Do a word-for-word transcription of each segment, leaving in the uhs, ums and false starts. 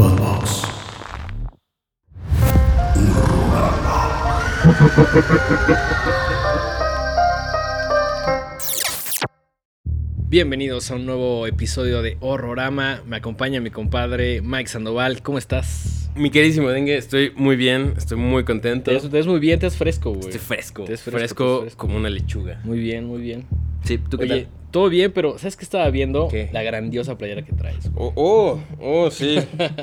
Podbox. Bienvenidos a un nuevo episodio de Horrorama. Me acompaña mi compadre Mike Sandoval. ¿Cómo estás? Mi queridísimo Dengue, estoy muy bien, estoy muy contento. Te ves muy bien, te ves fresco, güey. Estoy fresco, Te ves fresco, fresco, te ves fresco como una lechuga. Muy bien, muy bien. Sí, ¿tú qué Oye, tal? todo bien, pero ¿sabes qué estaba viendo? ¿Qué? La grandiosa playera que traes. Oh, oh, oh, sí.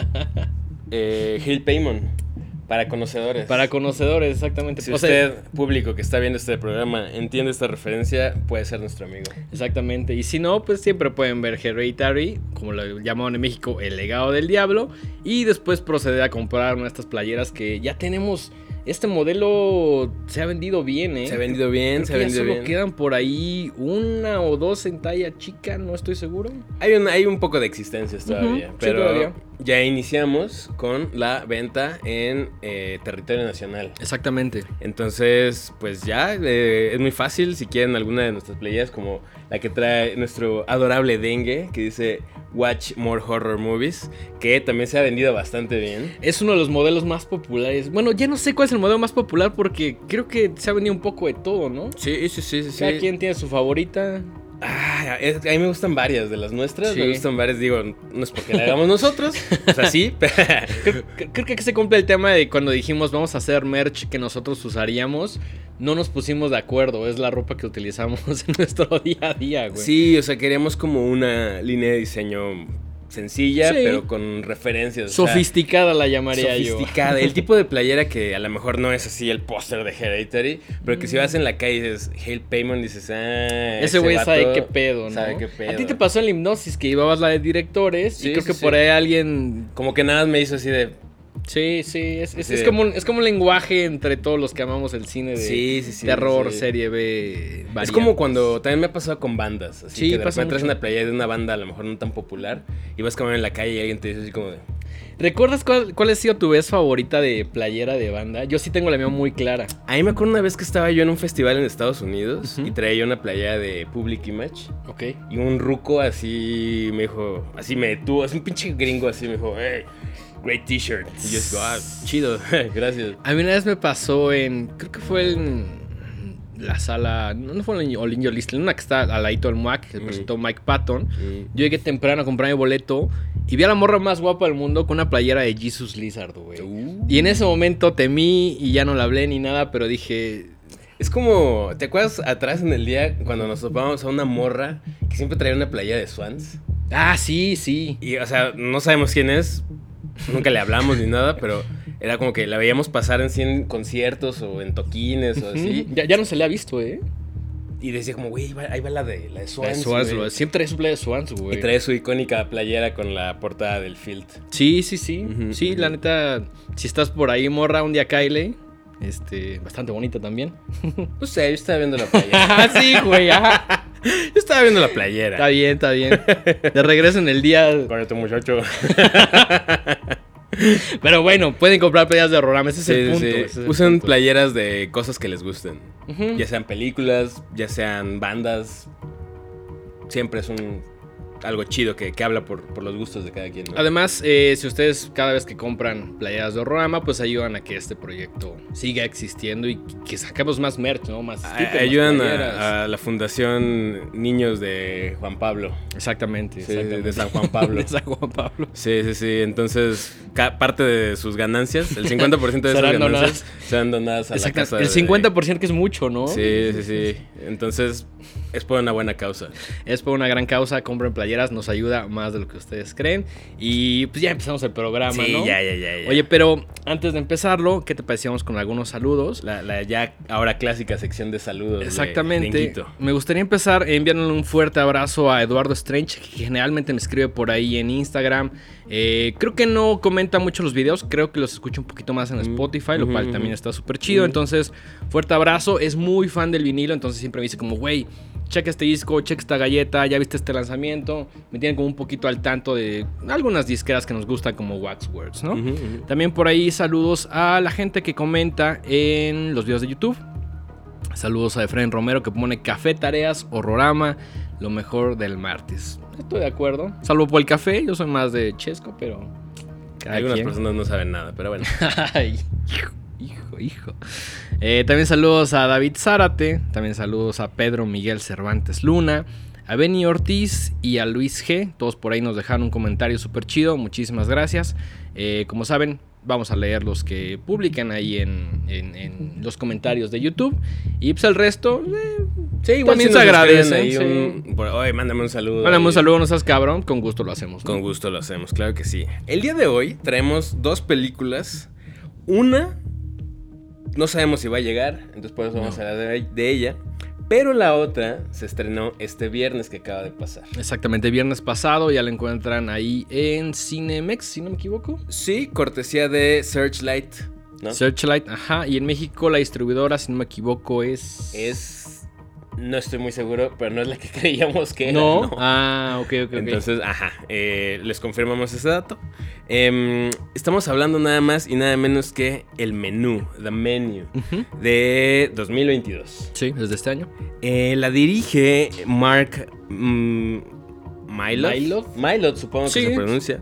eh, Hill Paymon, para conocedores. Para conocedores, exactamente. Si O sea, usted, público que está viendo este programa, entiende esta referencia, puede ser nuestro amigo. exactamente. Y si no, pues siempre pueden ver Hereditary, como lo llamaban en México, El Legado del Diablo. Y después proceder a comprar una de estas playeras que ya tenemos. Este modelo se ha vendido bien, ¿eh? Se ha vendido bien, Creo se que ha ya vendido solo bien. quedan por ahí una o dos en talla chica, no estoy seguro. Hay un, hay un poco de existencias todavía, Ujú, sí, pero todavía. ya iniciamos con la venta en eh, territorio nacional. Exactamente. Entonces, pues ya, eh, es muy fácil. Si quieren alguna de nuestras playeras, como la que trae nuestro adorable Dengue, que dice Watch More Horror Movies, que también se ha vendido bastante bien. Es uno de los modelos más populares. Bueno, ya no sé cuál es el modelo más popular porque creo que se ha vendido un poco de todo, ¿no? Sí, sí, sí, sí. Cada sí. quien tiene su favorita. Ah, es- a mí me gustan varias de las nuestras. Sí. Me gustan varias, digo, no es porque la hagamos nosotros, o sea, sí. Creo, creo que aquí se cumple el tema de cuando dijimos vamos a hacer merch que nosotros usaríamos. No nos pusimos de acuerdo. Es la ropa que utilizamos en nuestro día a día, güey. Sí, o sea, queríamos como una línea de diseño sencilla, Sí. pero con referencias. o sea, Sofisticada la llamaría sofisticada. yo. El tipo de playera que a lo mejor no es así el póster de Hereditary, pero que si vas en la calle y dices Hail Paymon, dices, ah, Ese güey sabe vato qué pedo, ¿no? sabe qué pedo. A ti te pasó en la hipnosis que llevabas la de directores Sí, y creo sí, que sí. por ahí alguien... Como que nada más me hizo así de. Sí, sí, es, es, Sí. es como, un- es como un lenguaje entre todos los que amamos el cine de Sí, sí, sí, terror, sí. serie B, Es variantes. como cuando también me ha pasado con bandas. Así Sí, que de pasa repente traes mucho. una playera de una banda a lo mejor no tan popular y vas caminando en la calle y alguien te dice así como de. ¿Recuerdas cuál, cuál ha sido tu vez favorita de playera de banda? Yo sí tengo la mía muy clara. A mí me acuerdo una vez que estaba yo en un festival en Estados Unidos Ujú. y traía yo una playera de Public Image. Ok. Y un ruco así me dijo, así me detuvo, así un pinche gringo así me dijo, hey, great t-shirt. Y yo digo, ah, chido, gracias. A mí una vez me pasó en, creo que fue en la sala, no no fue en Olinjo Listle, una que está al ladito del M U A C, que Mm. presentó Mike Patton. Mm. Yo llegué temprano a comprar mi boleto y vi a la morra más guapa del mundo con una playera de Jesus Lizard, güey. Uh. Y en ese momento temí y ya no la hablé ni nada, pero dije... Es como, ¿te acuerdas atrás en el día cuando nos topábamos a una morra que siempre traía una playera de Swans? Ah, sí, sí. Y, o sea, no sabemos quién es, nunca le hablamos ni nada, pero era como que la veíamos pasar en cien conciertos o en toquines o así. Ya, ya no se le ha visto, ¿eh? Y decía como, güey, ahí va, ahí va la de, la de La Swans. de Swans, güey". güey. Siempre trae su playa de Swans, güey. Y trae su icónica playera con la portada del Field. Sí, sí, sí. Ujú, sí, ujú. la neta, si estás por ahí, morra, un día Kylie. Este, bastante bonita también. No sé, yo estaba viendo la playera. Ah, sí, güey. Ajá. Yo estaba viendo la playera. Está bien, está bien. De regreso en el día. Con este muchacho. Pero bueno, pueden comprar playeras de Horrorama. Ese es Sí, el sí, punto. sí. ese es el Usen punto. playeras de cosas que les gusten. Ujú. Ya sean películas, ya sean bandas. Siempre es un algo chido que, que habla por, por los gustos de cada quien, ¿no? Además, eh, si ustedes cada vez que compran playeras de Horrorama, pues ayudan a que este proyecto siga existiendo y que saquemos más merch, ¿no? Más A- stickers, más ayudan playeras. a, a la Fundación Niños de Juan Pablo. Exactamente, Sí, exactamente. de San Juan Pablo. De San Juan Pablo. Sí, sí, sí. Entonces, ca- parte de sus ganancias, el cincuenta por ciento de esas Serán ganancias serán donadas a la Exacto. casa El de- cincuenta por ciento que es mucho, ¿no? Sí, sí, sí. Entonces, es por una buena causa. Es por una gran causa, compren playeras, nos ayuda más de lo que ustedes creen. Y pues ya empezamos el programa, Sí, ¿no? ya, ya, ya, ya. Oye, pero antes de empezarlo, ¿qué te parecíamos con algunos saludos? La, la ya ahora clásica sección de saludos. de Exactamente. Denguito. Me gustaría empezar enviándole un fuerte abrazo a Eduardo Strange, que generalmente me escribe por ahí en Instagram. Eh, creo que no comenta mucho los videos, creo que los escucha un poquito más en Mm, Spotify, lo ujú, cual ujú. también está súper chido. Mm. Entonces, fuerte abrazo. Es muy fan del vinilo, entonces siempre me dice como, güey, checa este disco, checa esta galleta, ya viste este lanzamiento. Me tienen como un poquito al tanto de algunas disqueras que nos gustan como Waxworks, ¿no? Ujú, ujú. También por ahí saludos a la gente que comenta en los videos de YouTube. Saludos a Efraín Romero que pone Café Tareas, Horrorama, lo mejor del martes. Estoy de acuerdo. Salvo por el café, yo soy más de Chesco, pero Cada Algunas quien. personas no saben nada, pero bueno. Ay, hijo, hijo, hijo. Eh, también saludos a David Zárate. También saludos a Pedro Miguel Cervantes Luna, a Benny Ortiz y a Luis G. Todos por ahí nos dejaron un comentario súper chido. Muchísimas gracias. Eh, como saben, vamos a leer los que publican ahí en, en, en los comentarios de YouTube. Y pues el resto, eh, Sí, igual también si se nos agradece. escriben ahí Sí. un- por- Oye, mándame un saludo. Mándame un ahí. saludo, no seas cabrón. Con gusto lo hacemos, ¿no? Con gusto lo hacemos, claro que sí. El día de hoy traemos dos películas. Una, no sabemos si va a llegar, entonces por eso vamos No. a hablar de, de ella. Pero la otra se estrenó este viernes que acaba de pasar. Exactamente, viernes pasado. Ya la encuentran ahí en Cinemex, si no me equivoco. Sí, cortesía de Searchlight, ¿no? Searchlight, ajá. Y en México la distribuidora, si no me equivoco, es... Es... No estoy muy seguro, pero no es la que creíamos que era. No. ¿no? Ah, ok, ok, ok. Entonces, ajá, eh, les confirmamos ese dato. Em, estamos hablando nada más y nada menos que el menú, The Menu, Ujú. de dos mil veintidós. Sí, desde este año. Eh, la dirige Mark mm, Mylod. Mylod. Mylod, supongo Sí. que se pronuncia.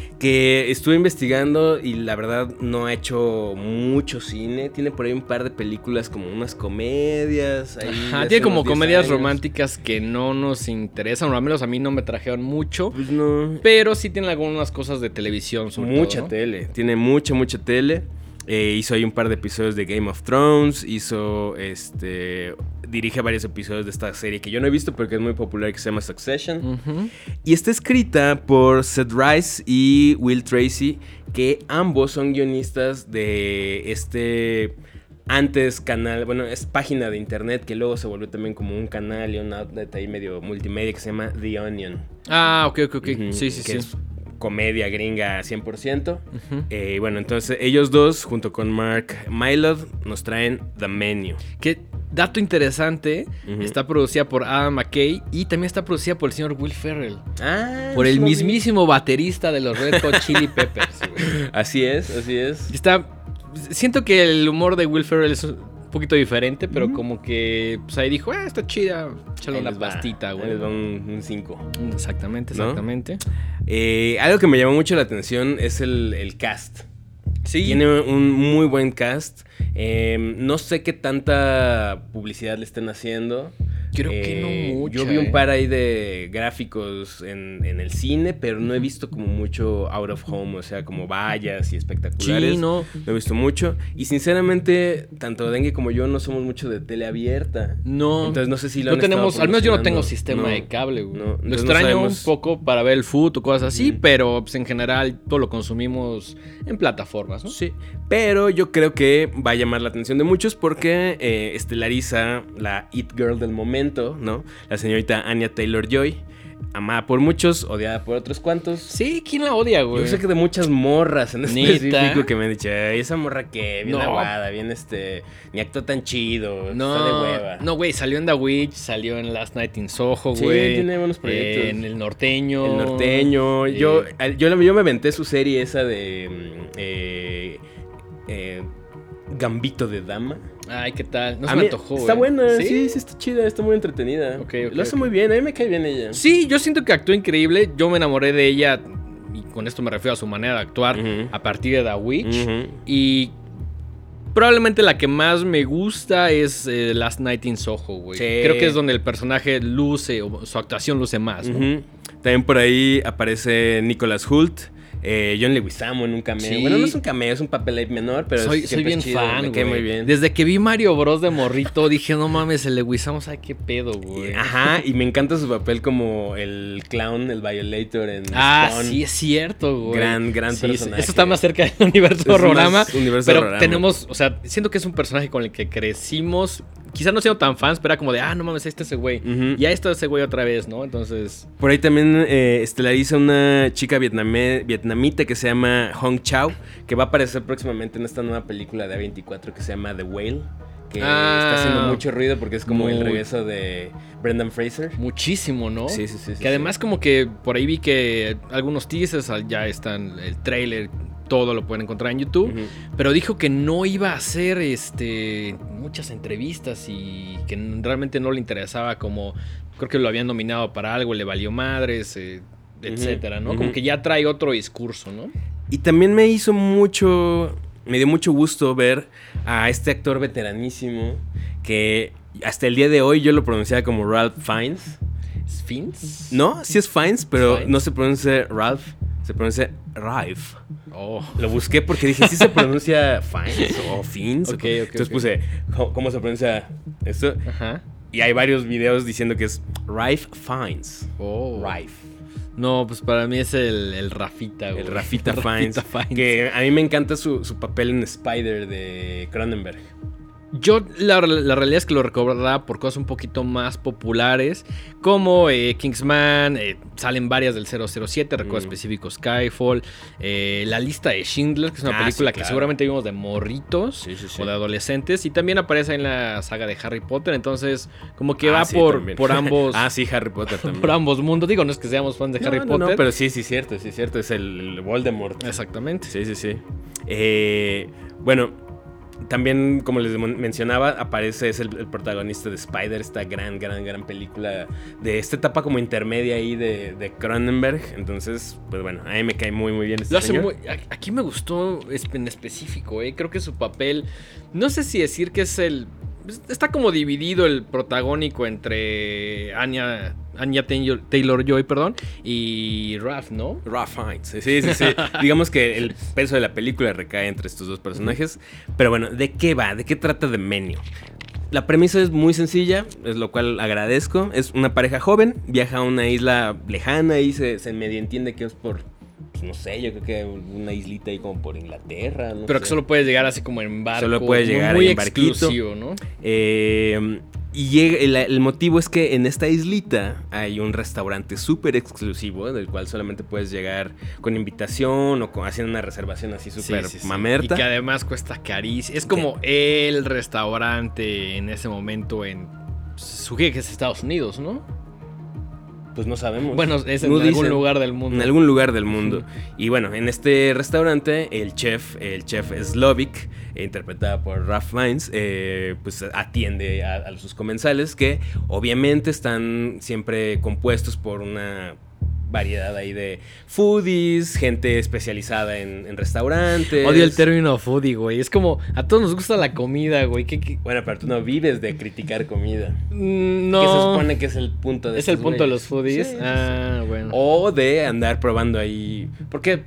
Que estuve investigando y la verdad no ha hecho mucho cine. Tiene por ahí un par de películas como unas comedias. Ahí Ajá, hace tiene como unos diez comedias años. románticas que no nos interesan, o al menos a mí no me trajeron mucho. Pues no. Pero sí tiene algunas cosas de televisión, sobre Mucha todo, ¿no? tele, tiene mucha, mucha tele. Eh, hizo ahí un par de episodios de Game of Thrones. Hizo, este, dirige varios episodios de esta serie que yo no he visto porque es muy popular, que se llama Succession. Ujú. Y está escrita por Seth Rice y Will Tracy, que ambos son guionistas de este antes canal, bueno, es página de internet que luego se volvió también como un canal y un outlet ahí medio multimedia que se llama The Onion. Ah, ok, ok, ok. Ujú, Sí, sí, que sí. es comedia gringa cien por ciento. Ujú. Eh, y bueno, entonces ellos dos, junto con Mark Mylod, nos traen The Menu. Que dato interesante, Ujú. está producida por Adam McKay y también está producida por el señor Will Ferrell. Ah, Por sí el lo vi. mismísimo baterista de los Red Hot Chili Peppers, güey. Así es, así es. Y está... Siento que el humor de Will Ferrell es un poquito diferente, pero Ujú. como que pues ahí dijo, eh, está chida, échale Ahí una les va, pastita, ahí güey. les va un cinco. Exactamente, ¿No? exactamente. Eh, algo que me llamó mucho la atención es el, el cast. Sí. Tiene un muy buen cast. Eh, no sé qué tanta publicidad le estén haciendo. Creo que no Eh, mucha, Yo vi un eh. par ahí de gráficos en, en el cine, pero no he visto como mucho out of home, o sea, como vallas y espectaculares. Sí, no. No he visto mucho. Y sinceramente, tanto Dengue como yo no somos mucho de tele abierta. No. Entonces no sé si lo No han estado tenemos, al menos yo no tengo promocionando. sistema No, de cable, güey. no, Lo entonces no extraño sabemos- un poco para ver el fútbol o cosas así, Ujú. pero pues en general todo lo consumimos en plataformas, ¿no? Sí, pero yo creo que va a llamar la atención de muchos porque eh, estelariza la It Girl del momento, ¿no? La señorita Anya Taylor-Joy, amada por muchos, odiada por otros cuantos. Sí, ¿quién la odia, güey? Yo sé que de muchas morras en ¿Neta? específico que me han dicho, "Ay, esa morra que bien No. aguada, bien este, ni actúa tan chido, No, está de hueva". no, güey, salió en The Witch, salió en Last Night in Soho, Sí, güey. tiene buenos proyectos. En El Norteño. El norteño. Eh, Yo, yo, yo me aventé su serie esa de mm, eh, eh, Gambito de Dama. Ay, ¿qué tal? No A se me mí- antojó, Está güey. buena, sí, sí, está chida, está muy entretenida. Ok, ok, Lo hace ok. muy bien, a mí me cae bien ella. Sí, yo siento que actuó increíble. Yo me enamoré de ella, y con esto me refiero a su manera de actuar, Ujú. a partir de The Witch. Ujú. Y probablemente la que más me gusta es eh, Last Night in Soho, güey. Sí. Creo que es donde el personaje luce, o su actuación luce más, ¿no? Ujú. También por ahí aparece Nicholas Hoult. Eh, John Leguizamo en un cameo. Sí. Bueno, no es un cameo, es un papel ahí menor, pero soy, siempre soy bien es chido, fan, me cae güey. muy bien. Desde que vi Mario Bros. De morrito, dije, no mames, el Leguizamo, ¿sabe qué pedo, güey? Ajá, y me encanta su papel como el clown, el Violator en Ah, Spawn. sí, es cierto, güey. Gran, gran Sí, personaje. Eso está más cerca del universo Es más Horrorama. universo Pero Horrorama. tenemos, o sea, siento que es un personaje con el que crecimos. Quizás no siendo tan fans, pero era como de, ah, no mames, este es ese güey. Ujú. Y ahí está ese güey otra vez, ¿no? Entonces. Por ahí también eh, estelariza una chica vietname- vietnamita que se llama Hong Chau, que va a aparecer próximamente en esta nueva película de A veinticuatro que se llama The Whale, que Ah. está haciendo mucho ruido porque es como el Muy. regreso de Brendan Fraser. Muchísimo, ¿no? Sí, sí, sí, sí, Que además sí. como que por ahí vi que algunos teasers ya están, el trailer, todo lo pueden encontrar en YouTube. Ujú. Pero dijo que no iba a hacer este, muchas entrevistas y que n- realmente no le interesaba como... Creo que lo habían nominado para algo, le valió madres, eh, etcétera, ¿no? ujú. Como que ya trae otro discurso, ¿no? Y también me hizo mucho, me dio mucho gusto ver a este actor veteranísimo que hasta el día de hoy yo lo pronunciaba como Ralph Fiennes. ¿Es Fiennes? No, sí es Fiennes, pero Fiennes. no se pronuncia Ralph, se pronuncia Ralph. Oh. Lo busqué porque dije, ¿sí se pronuncia Fiennes o Fiennes? Ok, ok, Entonces ok. puse, ¿cómo, cómo se pronuncia esto? Ajá. Y hay varios videos diciendo que es Ralph Fiennes. Oh. Ralph. No, pues para mí es el, el Rafita, güey. El Rafita El Fiennes. Rafita Fiennes. Que a mí me encanta su, su papel en Spider de Cronenberg. Yo la, la realidad es que lo recordaba por cosas un poquito más populares, como eh, Kingsman, eh, salen varias del cero cero siete, recuerdo Mm. específico Skyfall, eh, La lista de Schindler, que es una Ah, película sí, que claro. seguramente vimos de morritos Sí, sí, sí. o de adolescentes, y también aparece en la saga de Harry Potter, entonces como que Ah, va sí, por, también. por ambos... Ah, sí, Harry Potter también. Por ambos mundos, digo, no es que seamos fans de No, Harry no, Potter. no, pero sí, sí, cierto, sí, cierto. Es el, el Voldemort. Exactamente. Sí, sí, sí. Eh, bueno, también, como les mencionaba, aparece, es el, el protagonista de Spider, esta gran, gran, gran película de esta etapa como intermedia ahí de, de Cronenberg. Entonces, pues bueno, a mí me cae muy, muy bien este Lo hace señor. muy, a- aquí me gustó es- en específico, ¿eh? Creo que su papel, no sé si decir que es el... Está como dividido el protagónico entre Anya, Anya Taylor- Taylor-Joy, perdón, y Raph, ¿no? Ralph Fiennes. Sí, sí, sí. Digamos que el peso de la película recae entre estos dos personajes. Pero bueno, ¿de qué va? ¿De qué trata The Menu? La premisa es muy sencilla, es lo cual agradezco. Es una pareja joven, viaja a una isla lejana y se, se medio entiende que es por, pues no sé, yo creo que una islita ahí como por Inglaterra. No Pero sé. que solo puedes llegar así como en barco. Solo puedes muy- llegar muy en barquito. exclusivo, ¿no? Eh, y llega, el, el motivo es que en esta islita hay un restaurante súper exclusivo del cual solamente puedes llegar con invitación o con, haciendo una reservación así súper Sí, sí, sí. mamerta. Y que además cuesta carísimo. Es como el restaurante en ese momento en... Sugiere que es Estados Unidos, ¿no? Pues no sabemos. Bueno, es en No algún dicen. lugar del mundo. En algún lugar del mundo. Y bueno, en este restaurante, el chef, el chef Slovik, eh, interpretada por Ralph Fiennes, eh, pues atiende a, a sus comensales que obviamente están siempre compuestos por una variedad ahí de foodies, gente especializada en, en restaurantes. Odio el término foodie, güey. Es como, a todos nos gusta la comida, güey. ¿Qué, qué? Bueno, pero tú no vives de criticar comida. Mm, No. Que se supone que es el punto de ¿Es el estos punto de güeyes. los foodies? Sí, sí, Ah, bueno. O de andar probando ahí. Porque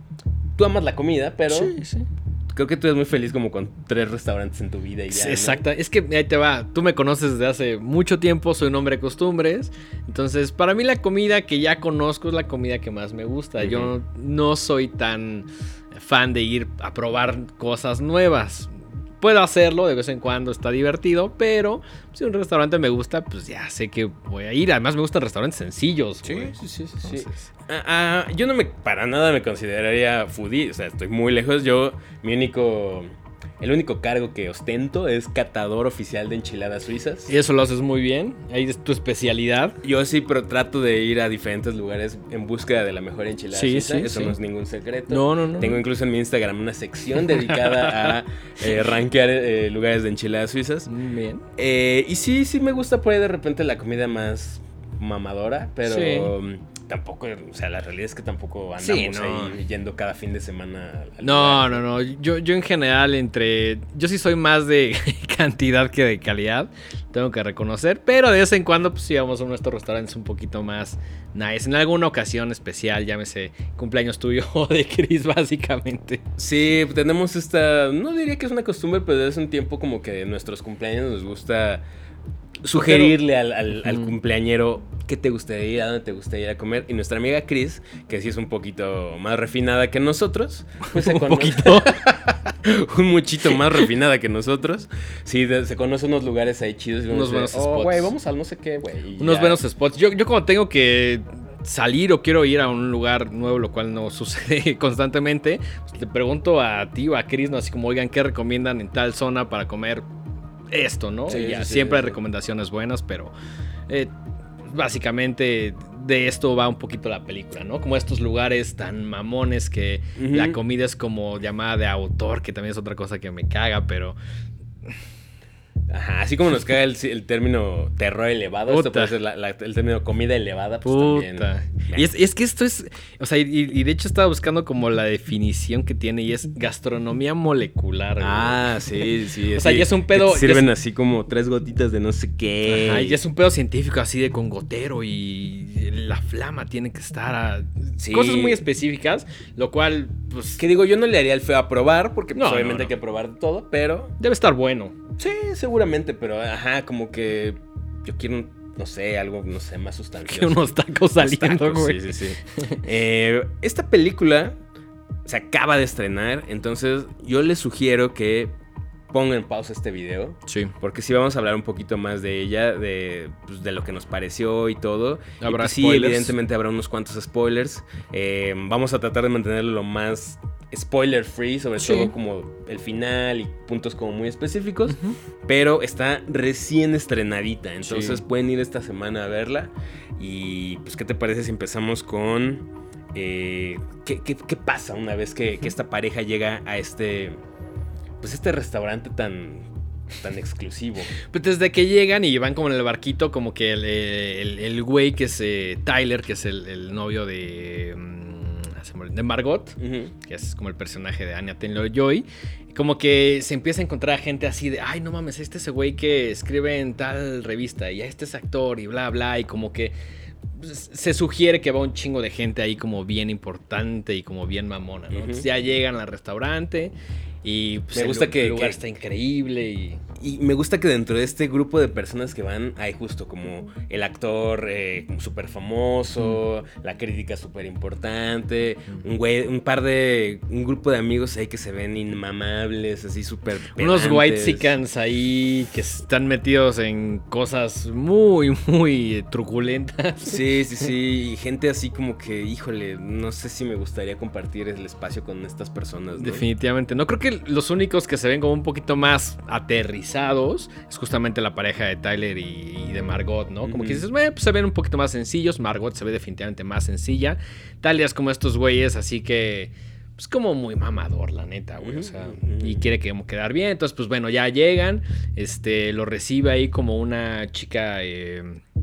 tú amas la comida, pero Sí, sí. creo que tú eres muy feliz como con tres restaurantes en tu vida y ya. ¿no? Exacto. Es que ahí te va. Tú me conoces desde hace mucho tiempo. Soy un hombre de costumbres. Entonces, para mí la comida que ya conozco es la comida que más me gusta. Ujú. Yo no soy tan fan de ir a probar cosas nuevas. Puedo hacerlo de vez en cuando, está divertido, pero si un restaurante me gusta, pues ya sé que voy a ir. Además me gustan restaurantes sencillos. Sí, güey. sí, sí, sí, sí. Entonces, Ah, ah, yo no me, para nada me consideraría foodie, o sea, estoy muy lejos. Yo, mi único, el único cargo que ostento es catador oficial de enchiladas suizas. Y eso lo haces muy bien. Ahí es tu especialidad. Yo sí, pero trato de ir a diferentes lugares en búsqueda de la mejor enchilada Sí, suiza. sí, Eso sí. no es ningún secreto. No, no, no. Tengo incluso en mi Instagram una sección dedicada a eh, rankear eh, lugares de enchiladas suizas. Muy bien. Eh, y sí, sí me gusta por ahí de repente la comida más mamadora, pero Sí. um, tampoco, o sea, la realidad es que tampoco andamos Sí, no. ahí yendo cada fin de semana al No, lugar. no, no. Yo, yo en general entre... Yo sí soy más de cantidad que de calidad. Tengo que reconocer. Pero de vez en cuando pues sí vamos a nuestros restaurantes un poquito más nice. En alguna ocasión especial, llámese cumpleaños tuyo o de Chris básicamente. Sí, tenemos esta, no diría que es una costumbre, pero desde hace un tiempo como que en nuestros cumpleaños nos gusta sugerirle al, al, al Ujú. cumpleañero qué te gustaría ir, a dónde te gustaría ir a comer. Y nuestra amiga Chris, que sí es un poquito más refinada que nosotros, pues se Un conoce- poquito. un muchito más refinada que nosotros. Sí, de- se conoce unos lugares ahí chidos. Y uno Unos dice, buenos "Oh, spots. güey, vamos al no sé qué, güey. y Unos ya". buenos spots. Yo, yo como tengo que salir o quiero ir a un lugar nuevo, lo cual no sucede constantemente, pues, le pregunto a ti o a Chris, ¿no? Así como, oigan, ¿qué recomiendan en tal zona para comer esto, no? Sí, Y ya, sí, sí, siempre hay sí. recomendaciones buenas, pero eh, básicamente de esto va un poquito la película, ¿no? Como estos lugares tan mamones que Ujú. la comida es como llamada de autor, que también es otra cosa que me caga, pero... Ajá, así como nos cae el, el término terror elevado, Puta. esto puede ser la, la, el término comida elevada, pues Puta. también. Y es, es que esto es, o sea, y, y de hecho estaba buscando como la definición que tiene y es gastronomía molecular. Güey. Ah, sí, sí. O sea, sí, ya es un pedo- que te sirven ya es- así como tres gotitas de no sé qué. Ajá, y es un pedo científico así de con gotero y la flama tiene que estar a... Sí. Cosas muy específicas, lo cual, pues, Que digo, yo no le haría el feo a probar, porque pues, No, obviamente no, no. hay que probar de todo, pero debe estar bueno. sí, seguramente, pero ajá, como que yo quiero, no sé, algo, no sé, más sustancioso. Que unos tacos Unos saliendo, tacos, güey. Sí, sí, sí. Eh, esta película se acaba de estrenar, entonces yo les sugiero que pongan en pausa este video. Sí. Porque sí vamos a hablar un poquito más de ella, de, pues, de lo que nos pareció y todo. Habrá y pues, sí, spoilers. evidentemente habrá unos cuantos spoilers. Eh, vamos a tratar de mantenerlo lo más spoiler free, sobre Sí. todo como el final y puntos como muy específicos. Ujú. Pero está recién estrenadita, entonces Sí. pueden ir esta semana a verla. Y pues, ¿qué te parece si empezamos con... eh, ¿qué, qué, qué pasa una vez que, que esta pareja llega a este... Pues este restaurante tan, tan exclusivo? Pues desde que llegan y van como en el barquito, como que el, el, el güey que es eh, Tyler, que es el, el novio de, mm, se me olvidó, de Margot, Ujú. que es como el personaje de Anya Taylor-Joy, como que se empieza a encontrar a gente así de, ay, no mames, este es ese güey que escribe en tal revista y este es actor y bla, bla, y como que pues, se sugiere que va un chingo de gente ahí como bien importante y como bien mamona, ¿no? Ujú. Entonces ya llegan al restaurante y pues, Me el gusta lu- que- el lugar que- está increíble y... Y me gusta que dentro de este grupo de personas que van, hay justo como el actor eh, súper famoso, la crítica súper importante, un güey, un par de, un grupo de amigos ahí que se ven inmamables, así súper Unos pedantes. whitexicans ahí que están metidos en cosas muy, muy truculentas. Sí, sí, sí, y gente así como que, híjole, no sé si me gustaría compartir el espacio con estas personas, ¿no? Definitivamente. No creo que los únicos que se ven como un poquito más aterrizados es justamente la pareja de Tyler y, y de Margot, ¿no? Como Ujú. que dices, bueno, pues se ven un poquito más sencillos. Margot se ve definitivamente más sencilla. Tyler es como estos güeyes, así que... Pues como muy mamador, la neta, güey. O sea, Ujú. y quiere que como quedar bien. Entonces, pues bueno, ya llegan. Este, lo recibe ahí como una chica... eh,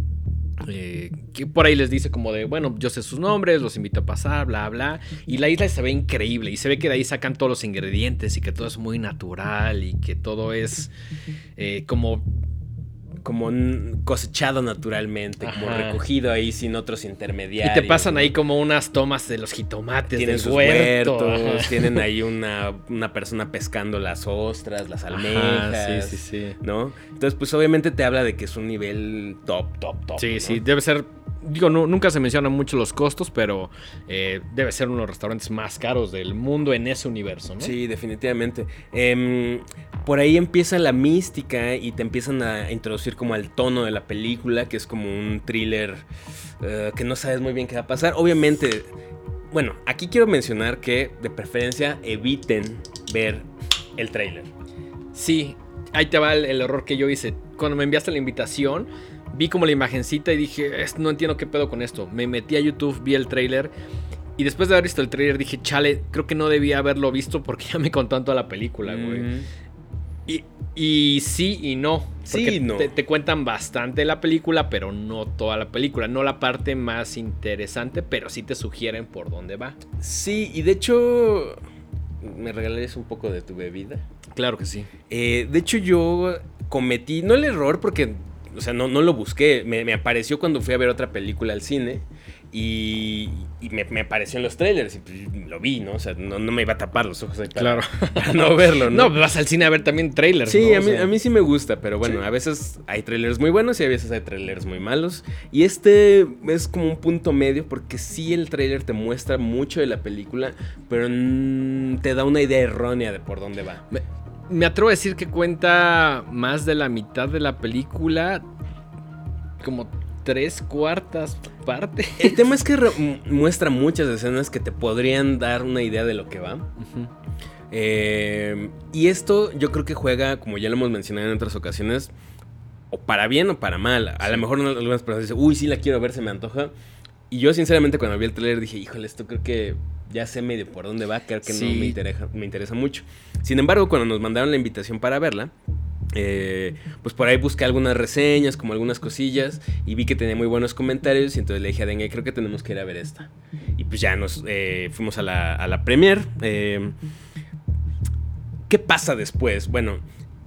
Eh, que por ahí les dice como de, bueno, yo sé sus nombres, los invito a pasar, bla, bla. Y la isla se ve increíble y se ve que de ahí sacan todos los ingredientes y que todo es muy natural y que todo es eh, como... Como n- cosechado naturalmente, como Ajá. recogido ahí sin otros Y intermediarios. te pasan ¿no? ahí como unas tomas de los jitomates, Tienen del sus huerto. huertos, Ajá. tienen ahí una, una persona pescando las ostras, las almejas. Ajá, sí, sí, sí. ¿No? Entonces, pues obviamente te habla de que es un nivel top, top, top. Sí, ¿no? sí, debe ser... Digo, no- nunca se mencionan mucho los costos, pero eh, debe ser uno de los restaurantes más caros del mundo en ese universo, ¿no? Sí, definitivamente. Em, por ahí empieza la mística y te empiezan a introducir como al tono de la película, que es como un thriller eh, que no sabes muy bien qué va a pasar. Obviamente, bueno, aquí quiero mencionar que de preferencia eviten ver el tráiler. Sí, ahí te va el, el error que yo hice. Cuando me enviaste la invitación, vi como la imagencita y dije, "Es- no entiendo qué pedo con esto". Me metí a YouTube, vi el tráiler y después de haber visto el tráiler dije, chale, creo que no debía haberlo visto porque ya me contaron toda la película, güey. Mm. Y, y sí y no. Sí Porque y no. Te, te cuentan bastante de la película, pero no toda la película. No la parte más interesante, pero sí te sugieren por dónde va. Sí, y de hecho, ¿me regalarías un poco de tu bebida? Claro que sí. Eh, de hecho, yo cometí, no el error porque, o sea, no, no lo busqué, me, me apareció cuando fui a ver otra película al cine y, y me, me apareció en los trailers y pues, lo vi, ¿no? O sea, no, no me iba a tapar los ojos ahí para, para no verlo, ¿no? No, vas al cine a ver también trailers, Sí, ¿no? a O mí, sea, a mí sí me gusta, pero bueno, Sí. a veces hay trailers muy buenos y a veces hay trailers muy malos. Y este es como un punto medio porque sí el trailer te muestra mucho de la película, pero mm, te da una idea errónea de por dónde va. Me, me atrevo a decir que cuenta más de la mitad de la película, como tres cuartas partes. El tema es que re- m- muestra muchas escenas que te podrían dar una idea de lo que va. Ujú. Eh, y esto yo creo que juega, como ya lo hemos mencionado en otras ocasiones, o para bien o para mal. A lo mejor algunas personas dicen, uy, sí la quiero ver, se me antoja. Y yo sinceramente cuando vi el trailer dije, híjole, esto creo que ya sé medio por dónde va, creo que Sí. no me interesa, me interesa mucho. Sin embargo, cuando nos mandaron la invitación para verla, Eh, pues por ahí busqué algunas reseñas, como algunas cosillas, y vi que tenía muy buenos comentarios, y entonces le dije a Dengue, creo que tenemos que ir a ver esta. Y pues ya nos eh, fuimos a la, a la premiere. Eh, ¿Qué pasa después? Bueno,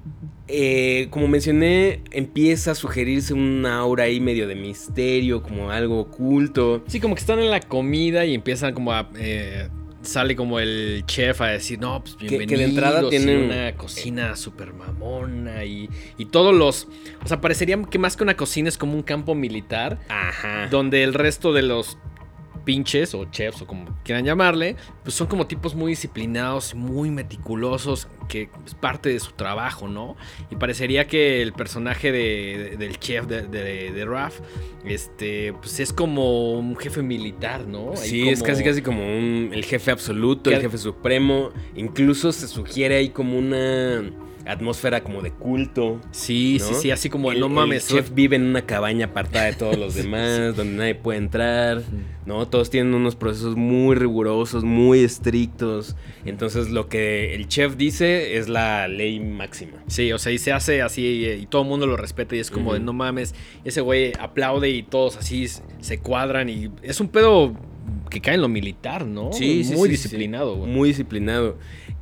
eh, como mencioné, empieza a sugerirse una aura ahí medio de misterio, como algo oculto. Sí, como que están en la comida y empiezan como a... Eh, sale como el chef a decir, no, pues bienvenidos, que, que de entrada tienen una cocina súper mamona y, y todos los... O sea, parecería que más que una cocina es como un campo militar. Ajá. Donde el resto de los pinches o chefs o como quieran llamarle, pues son como tipos muy disciplinados, muy meticulosos, que es parte de su trabajo, ¿no? Y parecería que el personaje de, de, del chef de, de, de Raph, este, pues es como un jefe militar, ¿no? Ahí Sí, como... es casi casi como un, el jefe absoluto, que... el jefe supremo. Incluso se sugiere ahí como una atmósfera como de culto. Sí, ¿no? sí, sí, así como el, no mames. El chef vive en una cabaña apartada de todos los demás, sí. donde nadie puede entrar, ¿no? Todos tienen unos procesos muy rigurosos, muy estrictos. Entonces lo que el chef dice es la ley máxima. Sí, o sea, y se hace así y todo el mundo lo respeta y es como uh-huh. de no mames, ese güey aplaude y todos así se cuadran y es un pedo que cae en lo militar, ¿no? Sí, sí, muy sí, disciplinado, sí. güey. Muy disciplinado.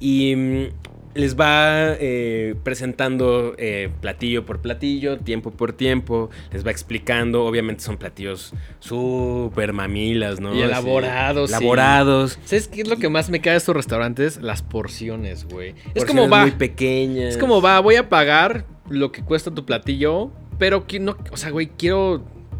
Y les va eh, presentando eh, platillo por platillo, tiempo por tiempo, les va explicando, obviamente son platillos súper mamilas, ¿no? Y elaborados. Sí. Elaborados. ¿Sabes qué es lo que más me cae de estos restaurantes? Las porciones, güey. Es como va. Muy pequeñas. Es como va, voy a pagar lo que cuesta tu platillo, pero que no, o sea, güey, quiero...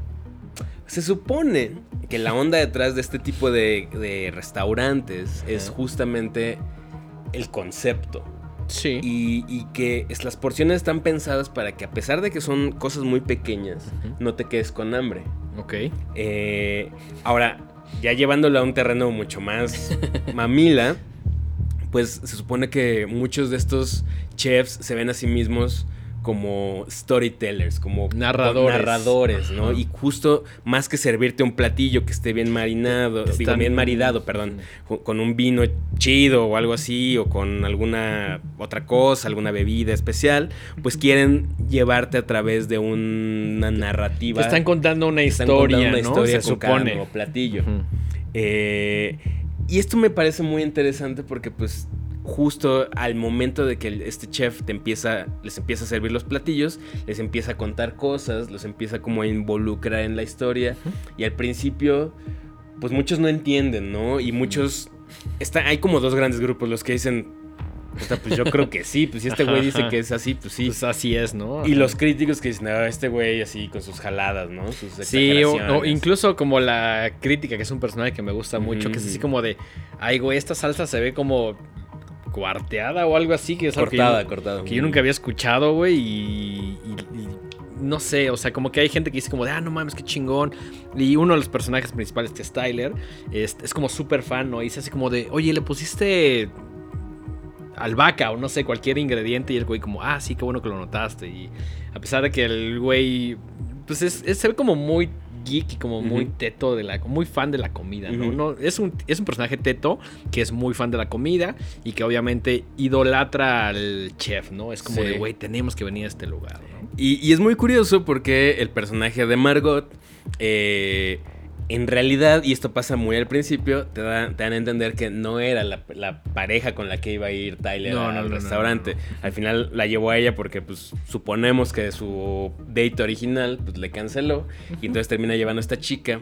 Se supone que la onda detrás de este tipo de, de restaurantes uh-huh. es justamente el concepto. Sí. Y, y que es, las porciones están pensadas para que a pesar de que son cosas muy pequeñas, uh-huh. no te quedes con hambre. Ok. Eh, ahora, ya llevándolo a un terreno mucho más mamila, pues se supone que muchos de estos chefs se ven a sí mismos como storytellers, como narradores, narradores, ¿no? Uh-huh. Y justo más que servirte un platillo que esté bien marinado, Están... digo, bien maridado, perdón, uh-huh. con un vino chido o algo así, o con alguna otra cosa, alguna bebida especial, pues quieren llevarte a través de una narrativa. Te están contando una historia, contando una ¿no? historia Se con supone. Cada nuevo platillo. Uh-huh. Eh, y esto me parece muy interesante porque, pues, justo al momento de que este chef te empieza, les empieza a servir los platillos, les empieza a contar cosas, los empieza como a involucrar en la historia. Uh-huh. Y al principio, pues muchos no entienden, ¿no? Y muchos... Está, hay como dos grandes grupos, los que dicen... O sea, pues yo creo que sí, pues si este güey dice que es así, pues sí. Pues así es, ¿no? Ajá. Y los críticos que dicen, no, este güey así con sus jaladas, ¿no? Sus sí, o, o incluso como la crítica, que es un personaje que me gusta mucho, uh-huh. que es así como de, ay, güey, esta salsa se ve como... cuarteada o algo así, que es cortada, algo que, cortada. que yo nunca había escuchado, güey, y, y, y no sé, o sea, como que hay gente que dice como de, ah, no mames, qué chingón, y uno de los personajes principales, que es Tyler, es, es como súper fan, ¿no? Y dice así como de, oye, le pusiste albahaca o no sé, cualquier ingrediente, y el güey como, ah, sí, qué bueno que lo notaste, y a pesar de que el güey, pues es, es se ve como muy geek y como muy uh-huh. teto de la, muy fan de la comida, ¿no? Uh-huh. no es un es un personaje teto que es muy fan de la comida y que obviamente idolatra al chef, ¿no? Es como sí. de, güey, tenemos que venir a este lugar, ¿no? Y, y es muy curioso porque el personaje de Margot, eh, en realidad, y esto pasa muy al principio, te, da, te dan a entender que no era la, la pareja con la que iba a ir Tyler no, al no, restaurante. No, no, no. Al final la llevó a ella porque, pues, suponemos que su date original, pues, le canceló. Uh-huh. Y entonces termina llevando a esta chica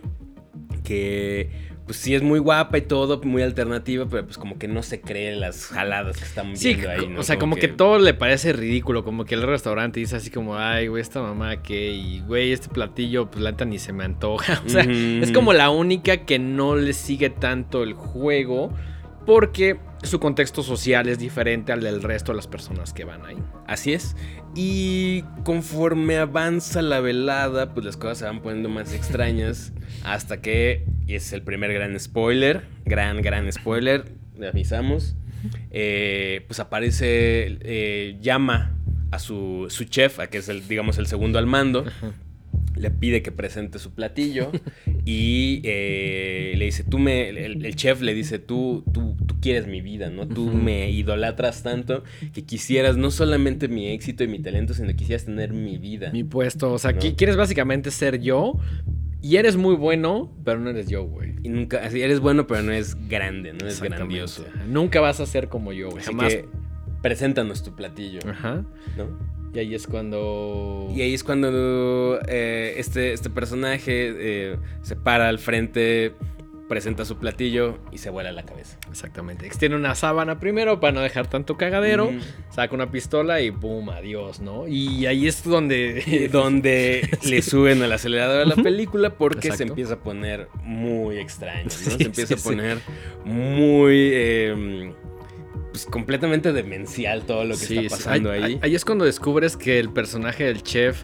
que, pues, sí es muy guapa y todo, muy alternativa, pero, pues, como que no se cree las jaladas que están sí, viendo ahí, ¿no? O sea, como, como que... que todo le parece ridículo, como que el restaurante dice así como, ay, güey, esta mamá, ¿qué? Y, güey, este platillo, pues, la neta ni se me antoja. O sea, uh-huh. es como la única que no le sigue tanto el juego, porque su contexto social es diferente al del resto de las personas que van ahí. Así es. Y conforme avanza la velada, pues las cosas se van poniendo más extrañas. Hasta que, y es el primer gran spoiler, gran, gran spoiler, le avisamos. Eh, pues aparece, eh, llama a su, su chef, a que es el, digamos, el segundo al mando. Le pide que presente su platillo y eh, le dice, tú me, el, el chef le dice, tú, tú, tú quieres mi vida, ¿no? Tú uh-huh. me idolatras tanto que quisieras no solamente mi éxito y mi talento, sino que quisieras tener mi vida. Mi puesto, o sea, ¿no? quieres básicamente ser yo y eres muy bueno, pero no eres yo, güey. Y nunca, así eres bueno, pero no es grande, no es grandioso. Nunca vas a ser como yo, güey. Así Jamás. Que preséntanos tu platillo. Ajá. ¿No? Y ahí es cuando... Y ahí es cuando eh, este, este personaje eh, se para al frente, presenta su platillo y se vuela la cabeza. Exactamente. Extiende una sábana primero para no dejar tanto cagadero. Mm. Saca una pistola y pum, adiós, ¿no? Y ahí es donde... donde sí. le suben al acelerador a la película porque Exacto. se empieza a poner muy extraño, ¿no? Sí, se empieza sí, a poner sí. muy... Eh, pues completamente demencial todo lo que sí, está pasando sí. ahí, ahí. Ahí es cuando descubres que el personaje del chef,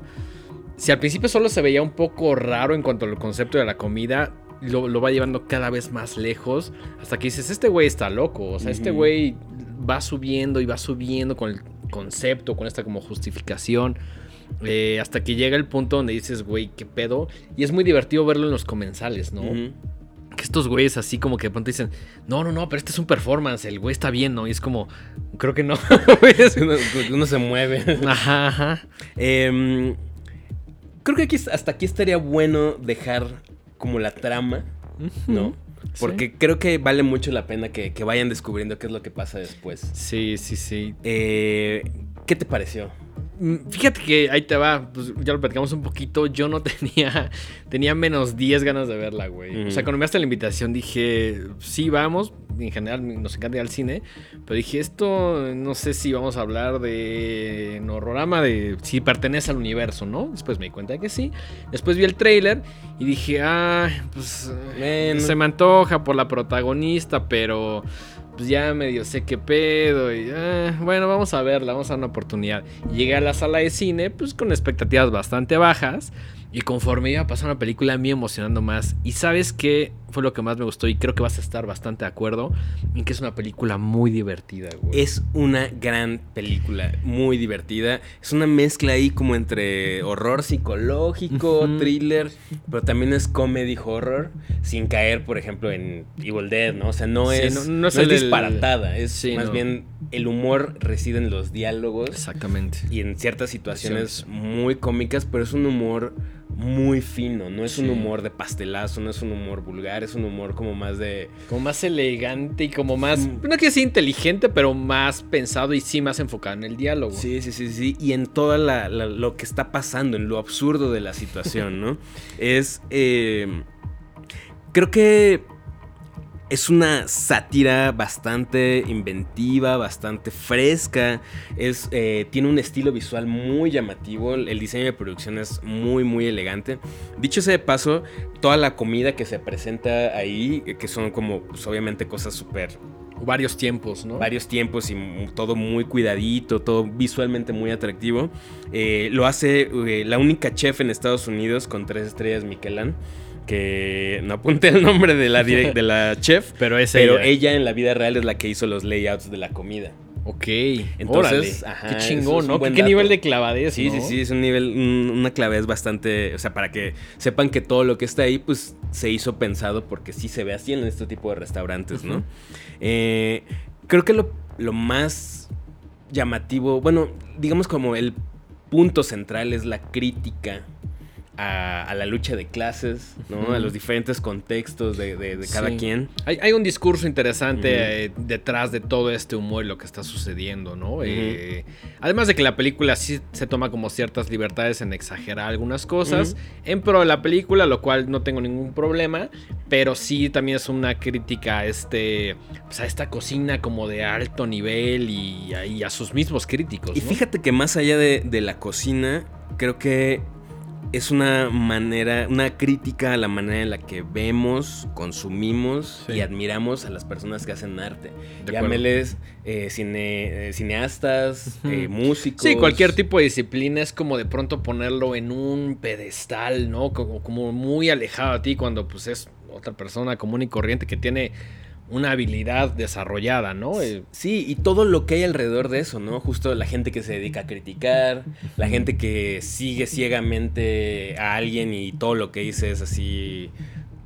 si al principio solo se veía un poco raro en cuanto al concepto de la comida, lo, lo va llevando cada vez más lejos hasta que dices, este güey está loco. O sea, uh-huh. este güey va subiendo y va subiendo con el concepto, con esta como justificación. Eh, hasta que llega el punto donde dices, güey, qué pedo. Y es muy divertido verlo en los comensales, ¿no? Uh-huh. Que estos güeyes así como que de pronto dicen, no, no, no, pero este es un performance, el güey está bien, ¿no? Y es como, creo que no. uno, uno se mueve. Ajá, ajá. Eh, creo que aquí, hasta aquí estaría bueno dejar como la trama, uh-huh. ¿no? Porque sí. creo que vale mucho la pena que, que vayan descubriendo qué es lo que pasa después. Sí, sí, sí. Eh, ¿Qué te pareció? Fíjate que ahí te va, pues ya lo platicamos un poquito. Yo no tenía, tenía menos diez ganas de verla, güey. Uh-huh. O sea, cuando me haste la invitación dije, sí, vamos. En general nos encanta ir al cine. Pero dije, esto no sé si vamos a hablar de en horrorama, de si pertenece al universo, ¿no? Después me di cuenta de que sí. Después vi el tráiler y dije, ah, pues bueno. Se me antoja por la protagonista, pero... pues ya medio sé qué pedo y eh, bueno, vamos a verla, vamos a dar una oportunidad. Llegué a la sala de cine pues con expectativas bastante bajas y conforme iba a pasar una película me iba emocionando más. Y ¿sabes qué fue lo que más me gustó? Y creo que vas a estar bastante de acuerdo en que es una película muy divertida, güey. Es una gran película, muy divertida. Es una mezcla ahí como entre horror psicológico, uh-huh. thriller, pero también es comedy horror, sin caer, por ejemplo, en Evil Dead, ¿no? O sea, no sí, es, no, no es, no es disparatada, es sí, más no. bien el humor reside en los diálogos. Exactamente. Y en ciertas situaciones sí, sí. muy cómicas, pero es un humor muy fino, no es sí. un humor de pastelazo, no es un humor vulgar, es un humor como más de... como más elegante y como más... Mm. No quiero decir inteligente, pero más pensado y sí más enfocado en el diálogo. Sí, sí, sí, sí. Y en todo lo que está pasando, en lo absurdo de la situación, ¿no? es... Eh, creo que... es una sátira bastante inventiva, bastante fresca. Es, eh, tiene un estilo visual muy llamativo. El diseño de producción es muy, muy elegante. Dicho sea de paso, toda la comida que se presenta ahí, que son como, pues, obviamente cosas súper... varios tiempos, ¿no? Varios tiempos y todo muy cuidadito, todo visualmente muy atractivo. Eh, lo hace eh, la única chef en Estados Unidos con tres estrellas Michelin. Que no apunté el nombre de la, direct, de la chef, pero, es pero ella. ella en la vida real es la que hizo los layouts de la comida. Ok, entonces, ajá, qué chingón, ¿no? ¿Qué dato. Nivel de clavadez, sí, ¿no? Sí, sí, es un nivel, un, una clavadez bastante, o sea, para que sepan que todo lo que está ahí, pues, se hizo pensado porque sí se ve así en este tipo de restaurantes, ¿no? Uh-huh. Eh, creo que lo, lo más llamativo, bueno, digamos como el punto central es la crítica A, a la lucha de clases, ¿no? Uh-huh. A los diferentes contextos de, de, de cada sí. quien. Hay, hay un discurso interesante uh-huh. eh, detrás de todo este humor y lo que está sucediendo, ¿no? Uh-huh. Eh, además de que la película sí se toma como ciertas libertades en exagerar algunas cosas uh-huh. en pro de la película, lo cual no tengo ningún problema, pero sí también es una crítica a, este, pues a esta cocina como de alto nivel y, y a sus mismos críticos, Y ¿no? fíjate que más allá de, de la cocina, creo que es una manera, una crítica a la manera en la que vemos, consumimos sí. y admiramos a las personas que hacen arte. Llámeles eh, cine, eh, cineastas, uh-huh. eh, músicos. Sí, cualquier tipo de disciplina es como de pronto ponerlo en un pedestal, ¿no? Como, como muy alejado a ti cuando pues es otra persona común y corriente que tiene una habilidad desarrollada, ¿no? Sí, y todo lo que hay alrededor de eso, ¿no? Justo la gente que se dedica a criticar, la gente que sigue ciegamente a alguien y todo lo que dice es así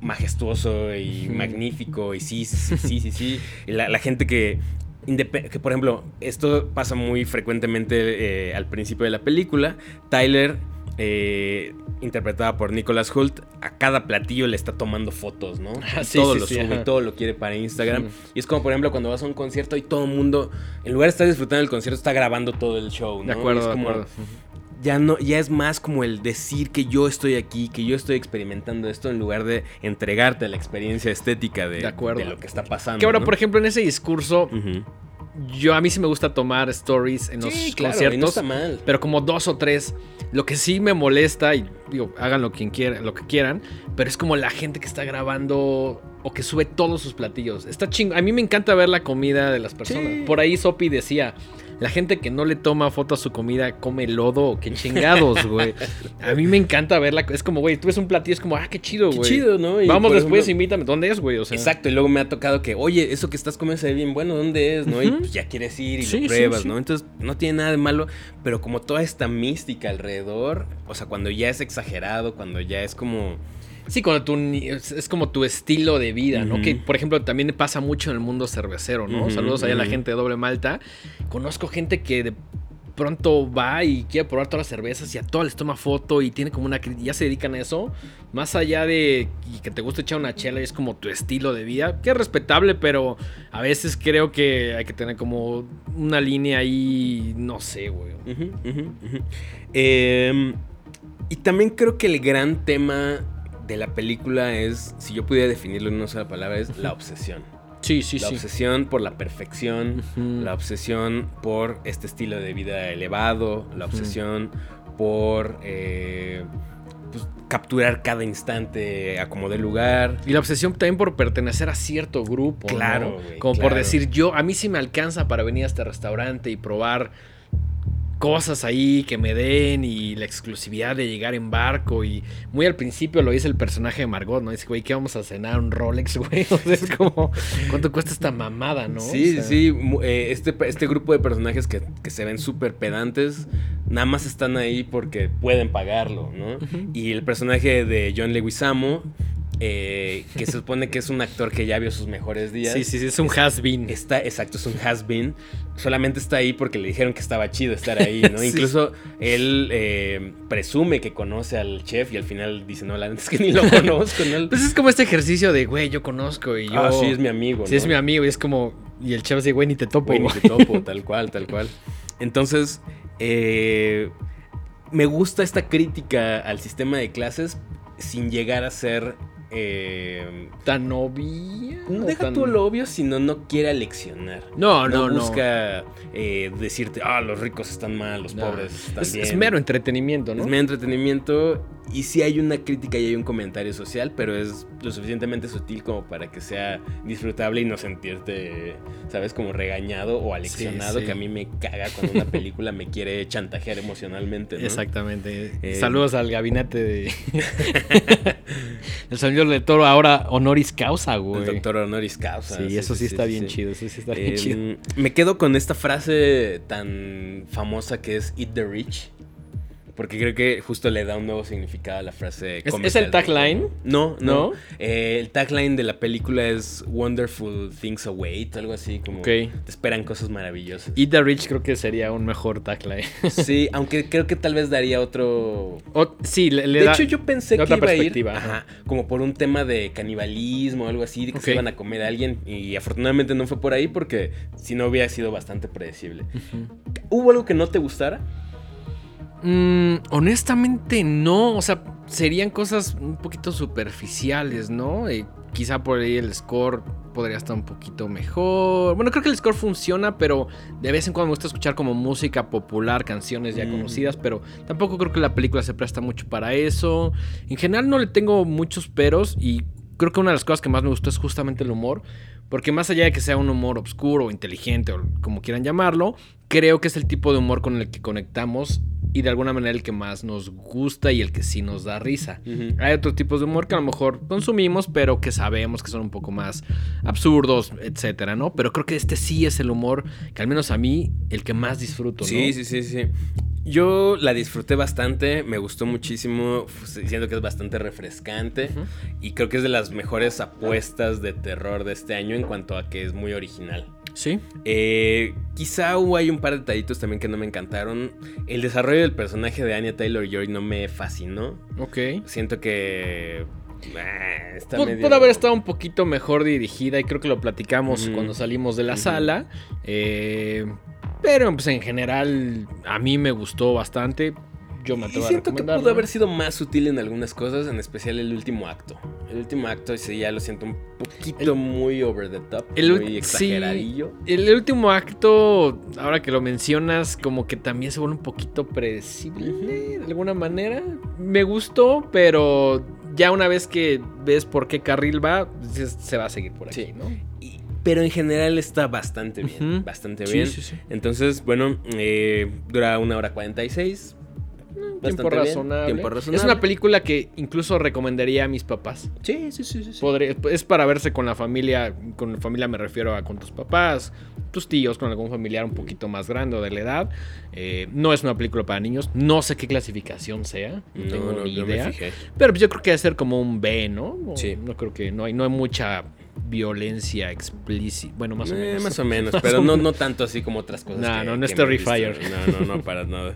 majestuoso y mm. magnífico. Y sí, sí, sí, sí, sí. Y la, la gente que, que, por ejemplo, esto pasa muy frecuentemente eh, al principio de la película. Tyler, eh, interpretada por Nicholas Hoult, a cada platillo le está tomando fotos, ¿no? Ah, sí, todo sí, lo sí, sube, ajá. todo lo quiere para Instagram. Sí. Y es como, por ejemplo, cuando vas a un concierto y todo el mundo, en lugar de estar disfrutando del concierto, está grabando todo el show, ¿no? De acuerdo, es como, de acuerdo. Ya, no, ya es más como el decir que yo estoy aquí, que yo estoy experimentando esto, en lugar de entregarte la experiencia estética de, de, acuerdo. de lo que está pasando. Que ahora, ¿no? por ejemplo, en ese discurso... Uh-huh. Yo a mí sí me gusta tomar stories en los sí, claro, conciertos, y no está mal. Pero como dos o tres. Lo que sí me molesta, y digo, háganlo quien quiera, lo que quieran, pero es como la gente que está grabando o que sube todos sus platillos. Está chingo. A mí me encanta ver la comida de las personas. Sí. Por ahí Sopi decía, la gente que no le toma foto a su comida come lodo, qué chingados, güey. A mí me encanta verla. Es como, güey, tú ves un platillo, es como, ah, qué chido, güey. Qué chido, ¿no? Y vamos después, ejemplo, invítame. ¿Dónde es, güey? O sea, exacto, y luego me ha tocado que, oye, eso que estás comiendo se ve bien bueno, ¿dónde es? ¿No? Uh-huh. Y pues ya quieres ir y sí, lo pruebas, sí, sí. ¿no? Entonces, no tiene nada de malo, pero como toda esta mística alrededor, o sea, cuando ya es exagerado, cuando ya es como... Sí, cuando tú, es como tu estilo de vida, ¿no? Uh-huh. Que, por ejemplo, también pasa mucho en el mundo cervecero, ¿no? Uh-huh, Saludos allá uh-huh. a la gente de Doble Malta. Conozco gente que de pronto va y quiere probar todas las cervezas y a todas les toma foto y tiene como una... Ya se dedican a eso. Más allá de que te gusta echar una chela y es como tu estilo de vida, que es respetable, pero a veces creo que hay que tener como una línea ahí, no sé, güey. Uh-huh, uh-huh, uh-huh. Eh, y también creo que el gran tema... de la película es, si yo pudiera definirlo en una sola palabra, es la obsesión. Sí, sí, la sí. La obsesión por la perfección, uh-huh. la obsesión por este estilo de vida elevado, la obsesión uh-huh. por eh, pues, capturar cada instante a como dé lugar. Y la obsesión también por pertenecer a cierto grupo, claro, ¿no? Wey, Como claro. por decir, yo, a mí sí me alcanza para venir a este restaurante y probar cosas ahí que me den y la exclusividad de llegar en barco. Y muy al principio lo dice el personaje de Margot, ¿no? Dice, güey, ¿qué vamos a cenar? ¿Un Rolex, güey? O sea, es como, ¿cuánto cuesta esta mamada, no? Sí, o sea, sí, eh, este, este grupo de personajes que, que se ven súper pedantes, nada más están ahí porque pueden pagarlo, ¿no? Uh-huh. Y el personaje de John Leguizamo, eh, que se supone que es un actor que ya vio sus mejores días. Sí, sí, sí, es un has-been. Está, exacto, es un has-been. Solamente está ahí porque le dijeron que estaba chido estar ahí, ¿no? Sí. Incluso él eh, presume que conoce al chef y al final dice, no, la neta es que ni lo conozco, ¿no? Pues es como este ejercicio de, güey, yo conozco y yo... Ah, sí, es mi amigo, Sí, ¿no? es mi amigo y es como... Y el chef dice, güey, ni te topo, güey. Ni te topo, tal cual, tal cual. Entonces, eh, me gusta esta crítica al sistema de clases sin llegar a ser... Eh, tan obvia. No deja tan... tú lo obvio, sino no quiere aleccionar. No, no, no. busca no. Eh, decirte, ah, los ricos están mal, los no. pobres están es, bien. Es mero entretenimiento, ¿no? Es mero entretenimiento. Y sí hay una crítica y hay un comentario social, pero es lo suficientemente sutil como para que sea disfrutable y no sentirte, ¿sabes? Como regañado o aleccionado, sí, sí. Que a mí me caga cuando una película me quiere chantajear emocionalmente, ¿no? Exactamente. Eh, Saludos al gabinete de... El señor de Toro, ahora honoris causa, güey. El doctor honoris causa. Sí, sí eso sí, sí está sí, bien sí. chido, eso sí está eh, bien chido. Me quedo con esta frase tan famosa que es Eat the Rich. Porque creo que justo le da un nuevo significado a la frase. ¿Es, ¿es el tagline? No, no. ¿No? Eh, el tagline de la película es Wonderful Things Await, algo así como okay. Te esperan cosas maravillosas. Eat the Rich creo que sería un mejor tagline. Sí, aunque creo que tal vez daría otro... O, sí, le, le De da hecho, yo pensé que iba a ir ajá. Ajá, como por un tema de canibalismo o algo así, de que okay. se iban a comer a alguien. Y afortunadamente no fue por ahí porque si no hubiera sido bastante predecible. Uh-huh. ¿Hubo algo que no te gustara? Mm, honestamente no, o sea, serían cosas un poquito superficiales, ¿no? Eh, quizá por ahí el score podría estar un poquito mejor. Bueno, creo que el score funciona, pero de vez en cuando me gusta escuchar como música popular, canciones ya mm. conocidas, pero tampoco creo que la película se presta mucho para eso. En general no le tengo muchos peros y creo que una de las cosas que más me gustó es justamente el humor. Porque más allá de que sea un humor oscuro o inteligente o como quieran llamarlo, creo que es el tipo de humor con el que conectamos y de alguna manera el que más nos gusta y el que sí nos da risa. Uh-huh. Hay otros tipos de humor que a lo mejor consumimos, pero que sabemos que son un poco más absurdos, etcétera, ¿no? Pero creo que este sí es el humor que al menos a mí, el que más disfruto, ¿no? Sí, sí, sí, sí. Yo la disfruté bastante, me gustó muchísimo, siento que es bastante refrescante uh-huh. y creo que es de las mejores apuestas de terror de este año en cuanto a que es muy original. Sí. Eh, quizá hubo hay un par de detallitos también que no me encantaron. El desarrollo del personaje de Anya Taylor-Joy no me fascinó. Ok. Siento que... Eh, está P- medio... Pudo haber estado un poquito mejor dirigida y creo que lo platicamos uh-huh. cuando salimos de la uh-huh. sala. Eh... Pero pues en general a mí me gustó bastante. Yo me atrevo a siento que recomendarlo. pudo haber sido más sutil en algunas cosas, en especial el último acto. El último acto sí ya lo siento un poquito el, muy over the top, el, muy exageradillo. Sí, el último acto, ahora que lo mencionas, como que también se vuelve un poquito predecible uh-huh. de alguna manera. Me gustó, pero ya una vez que ves por qué carril va, se va a seguir por aquí, sí. ¿no? Y, pero en general está bastante bien, uh-huh. bastante bien. Sí, sí, sí. Entonces, bueno, eh, dura una hora cuarenta y seis. Tiempo razonable. Tiempo razonable. Es una película que incluso recomendaría a mis papás. Sí, sí, sí, sí. Podría, es para verse con la familia. Con familia me refiero a con tus papás, tus tíos, con algún familiar un poquito más grande o de la edad. Eh, no es una película para niños. No sé qué clasificación sea. No, no tengo no, ni no idea. Pero pues yo creo que debe ser como un B, ¿no? O, sí. No creo que no hay, no hay mucha violencia explícita. Bueno, más o menos. Eh, más o menos, pero no, no tanto así como otras cosas. No, que, no, no que es Terrifier. No, no, no, para nada.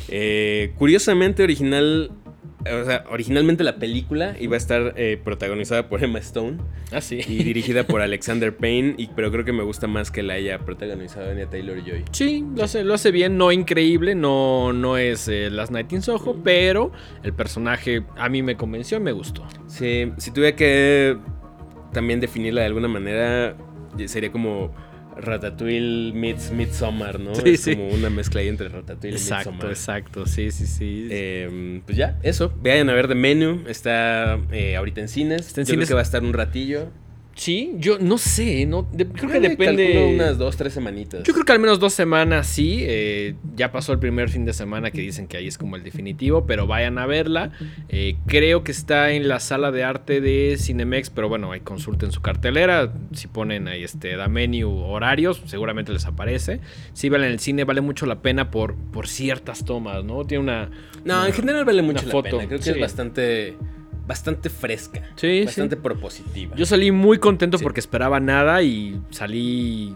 Eh, curiosamente, original. O sea, originalmente la película iba a estar eh, protagonizada por Emma Stone. Ah, sí. Y dirigida por Alexander Payne. Y, pero creo que me gusta más que la haya protagonizado Anya Taylor-Joy. Sí, lo hace, lo hace bien. No increíble. No, no es eh, Last Night in Soho. Mm. Pero el personaje a mí me convenció y me gustó. Sí, si tuviera que también definirla de alguna manera, sería como Ratatouille meets Midsommar, ¿no? Sí, es sí. como una mezcla ahí entre Ratatouille exacto, y Midsommar. Exacto, exacto, sí, sí, sí. Eh, pues ya, eso. Vayan a ver The Menu. Está eh, ahorita en cines. Está en yo cines. Creo que va a estar un ratillo. Sí, yo no sé, no, de, creo yo que depende. Calculo unas dos, tres semanitas. Yo creo que al menos dos semanas, sí. Eh, ya pasó el primer fin de semana que dicen que ahí es como el definitivo, pero vayan a verla. Eh, creo que está en la sala de arte de Cinemex, pero bueno, ahí consulten su cartelera. Si ponen ahí este da menu horarios, seguramente les aparece. Si ven en el cine, vale mucho la pena por, por ciertas tomas, ¿no? Tiene una. No, una, en general vale mucho la foto. pena. Creo que sí. es bastante. Bastante fresca, sí, bastante sí. propositiva. Yo salí muy contento sí. porque esperaba nada y salí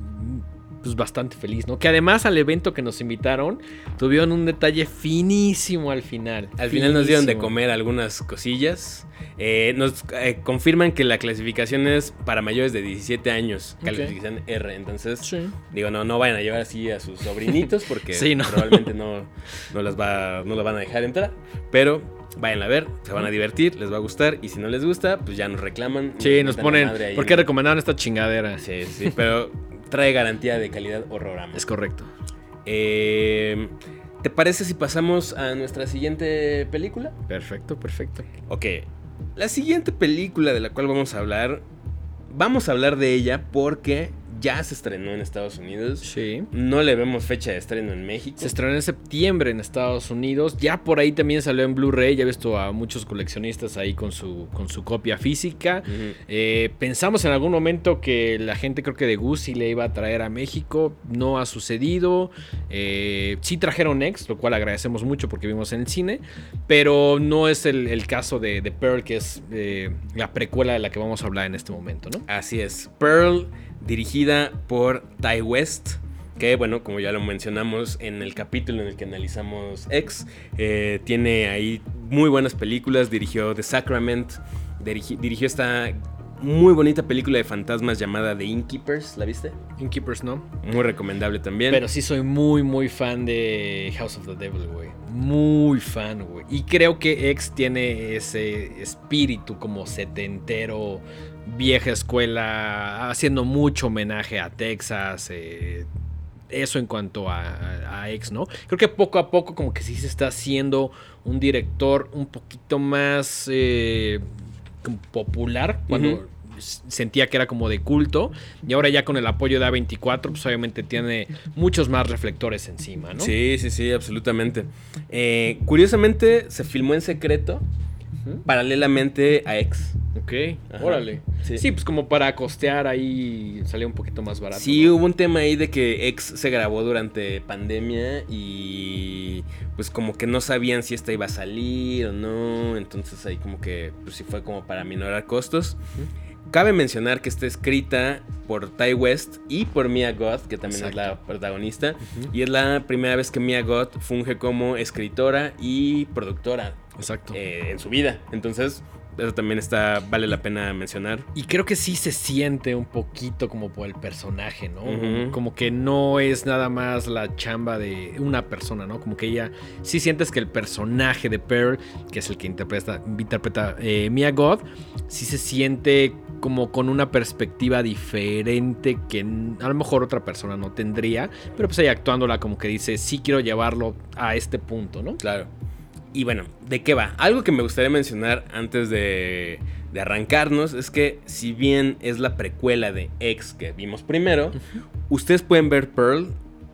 pues bastante feliz, ¿no? Que además al evento que nos invitaron tuvieron un detalle finísimo al final. Al finísimo. final nos dieron de comer algunas cosillas. Eh, nos eh, confirman que la clasificación es para mayores de diecisiete años, calificación okay. R. Entonces, sí. digo, no, no vayan a llevar así a sus sobrinitos porque sí, no. probablemente no, no las va, no las van a dejar entrar. Pero vayan a ver, se van a divertir, les va a gustar. Y si no les gusta, pues ya nos reclaman. Sí, nos, nos ponen, ¿por qué recomendaron esta chingadera? Sí, sí, pero trae garantía de calidad horrorama. Es correcto. Eh, ¿Te parece si pasamos a nuestra siguiente película? Perfecto, perfecto. Ok, la siguiente película de la cual vamos a hablar, vamos a hablar de ella porque ya se estrenó en Estados Unidos. Sí. No le vemos fecha de estreno en México. Se estrenó en septiembre en Estados Unidos. Ya por ahí también salió en Blu-ray. Ya he visto a muchos coleccionistas ahí con su, con su copia física. Uh-huh. Eh, pensamos en algún momento que la gente, creo que de Guzzi, le iba a traer a México. No ha sucedido. Eh, sí trajeron X, lo cual agradecemos mucho porque vimos en el cine. Pero no es el, el caso de, de Pearl, que es eh, la precuela de la que vamos a hablar en este momento, ¿no? Así es. Pearl, dirigida por Ti West, que bueno, como ya lo mencionamos en el capítulo en el que analizamos X, eh, tiene ahí muy buenas películas. Dirigió The Sacrament, dirigi, dirigió esta muy bonita película de fantasmas llamada The Innkeepers. ¿La viste? Innkeepers, ¿no? Muy recomendable también. Pero sí soy muy, muy fan de House of the Devil, güey. Muy fan, güey. Y creo que X tiene ese espíritu como setentero, vieja escuela, haciendo mucho homenaje a Texas. Eh, eso en cuanto a, a, a X, ¿no? Creo que poco a poco como que sí se está haciendo un director un poquito más eh, popular, cuando uh-huh. sentía que era como de culto, y ahora ya con el apoyo de A veinticuatro, pues obviamente tiene muchos más reflectores encima, ¿no? Sí, sí, sí, absolutamente. Eh, curiosamente se filmó en secreto. Uh-huh. Paralelamente a X. Ok, Ajá. órale. Sí. Sí, pues como para costear ahí salió un poquito más barato. Sí, ¿no? hubo un tema ahí de que X se grabó durante pandemia y pues como que no sabían si esta iba a salir o no, entonces ahí como que pues sí fue como para minorar costos. Uh-huh. Cabe mencionar que está escrita por Ty West y por Mia Goth, que también Exacto. es la protagonista, uh-huh. y es la primera vez que Mia Goth funge como escritora y productora. Exacto. Eh, en su vida, entonces eso también está, vale la pena mencionar. Y creo que sí se siente un poquito como por el personaje, ¿no? Uh-huh. Como que no es nada más la chamba de una persona, ¿no? Como que ella, sí sientes que el personaje de Pearl, que es el que interpreta, interpreta eh, Mia Goth, sí se siente como con una perspectiva diferente que a lo mejor otra persona no tendría, pero pues ella actuándola como que dice, sí quiero llevarlo a este punto, ¿no? Claro. Y bueno, ¿de qué va? Algo que me gustaría mencionar antes de, de arrancarnos es que si bien es la precuela de X que vimos primero, uh-huh. ustedes pueden ver Pearl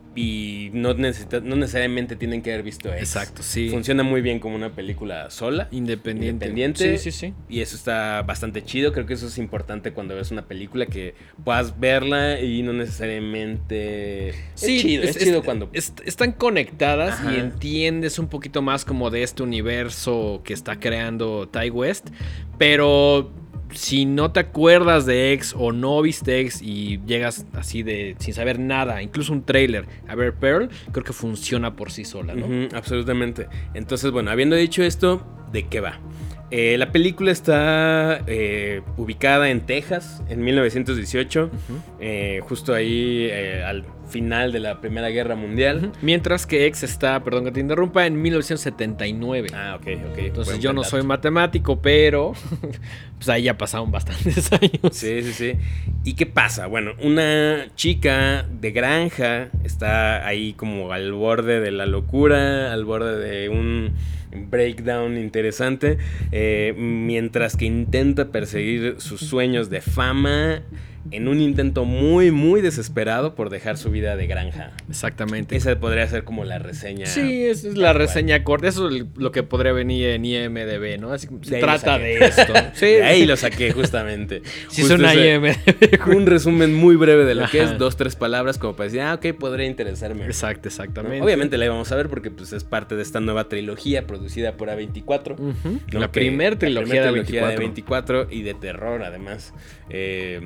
y no, necesita, no necesariamente tienen que haber visto X. Exacto, sí. Funciona muy bien como una película sola. Independiente. Independiente. Sí, sí, sí. Y eso está bastante chido. Creo que eso es importante cuando ves una película, que puedas verla y no necesariamente... Sí, es chido, es, es chido es, cuando... Es, están conectadas. Ajá. Y entiendes un poquito más como de este universo que está creando Ty West. Pero... si no te acuerdas de X o no viste X y llegas así de sin saber nada, incluso un tráiler, a ver Pearl, creo que funciona por sí sola, ¿no? Uh-huh, absolutamente. Entonces, bueno, habiendo dicho esto, ¿de qué va? Eh, la película está eh, ubicada en Texas en mil novecientos dieciocho, uh-huh. eh, justo ahí eh, al final de la Primera Guerra Mundial. Uh-huh. Mientras que X está, perdón que te interrumpa, en mil novecientos setenta y nueve. Ah, ok, ok. Entonces Buen yo no dato. soy matemático, pero pues ahí ya pasaron bastantes años. Sí, sí, sí. ¿Y qué pasa? Bueno, una chica de granja está ahí como al borde de la locura, al borde de un breakdown interesante, eh, mientras que intenta perseguir sus sueños de fama en un intento muy, muy desesperado por dejar su vida de granja. Exactamente. Esa podría ser como la reseña. Sí, esa es la reseña corta. Eso es lo que podría venir en I M D B, ¿no? Así que se trata de esto. Sí. De ahí lo saqué, justamente. Sí, es una I M D B. Un resumen muy breve de lo Ajá. que es, dos, tres palabras, como para decir, ah, ok, podría interesarme. Exacto, exactamente. ¿No? Obviamente la íbamos a ver porque pues, es parte de esta nueva trilogía producida por A veinticuatro. Uh-huh. ¿no? La primera trilogía, la de, trilogía de veinticuatro y de terror, además. Eh...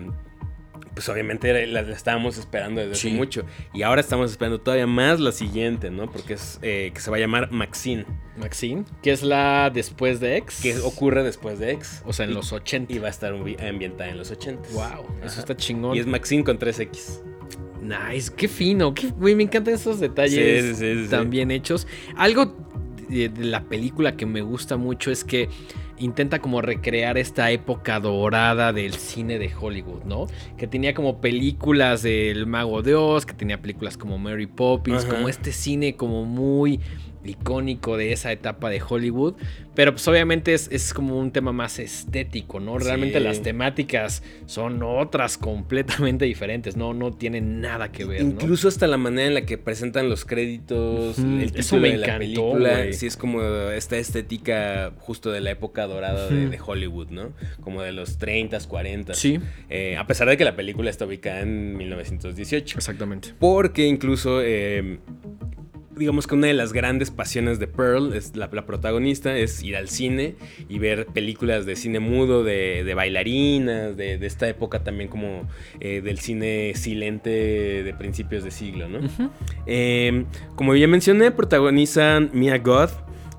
Pues obviamente la, la estábamos esperando desde sí. hace mucho. Y ahora estamos esperando todavía más la siguiente, ¿no? Porque es eh, que se va a llamar Maxine. Maxine, que es la después de X. Que ocurre después de X. O sea, en y, los ochenta. Y va a estar ambientada en los ochenta. Wow, Ajá. eso está chingón. Y es Maxine con tres X. Nice, qué fino. Qué, güey, me encantan esos detalles sí, sí, sí, tan sí. bien hechos. Algo de, de la película que me gusta mucho es que intenta como recrear esta época dorada del cine de Hollywood, ¿no? Que tenía como películas del Mago de Oz, que tenía películas como Mary Poppins, Ajá. como este cine como muy icónico de esa etapa de Hollywood, pero pues obviamente es, es como un tema más estético, ¿no? Realmente sí. las temáticas son otras completamente diferentes, no, no tienen nada que ver, incluso ¿no? hasta la manera en la que presentan los créditos, mm, el título eso me de encantó, la película, güey. Sí es como esta estética justo de la época dorada de, de Hollywood, ¿no? Como de los treintas, cuarentas. Sí. Eh, a pesar de que la película está ubicada en mil novecientos dieciocho. Exactamente. Porque incluso... Eh, digamos que una de las grandes pasiones de Pearl, es la, la protagonista, es ir al cine y ver películas de cine mudo, de, de bailarinas, de, de esta época también como eh, del cine silente de principios de siglo, ¿no? Uh-huh. Eh, como ya mencioné, protagonizan Mia Goth,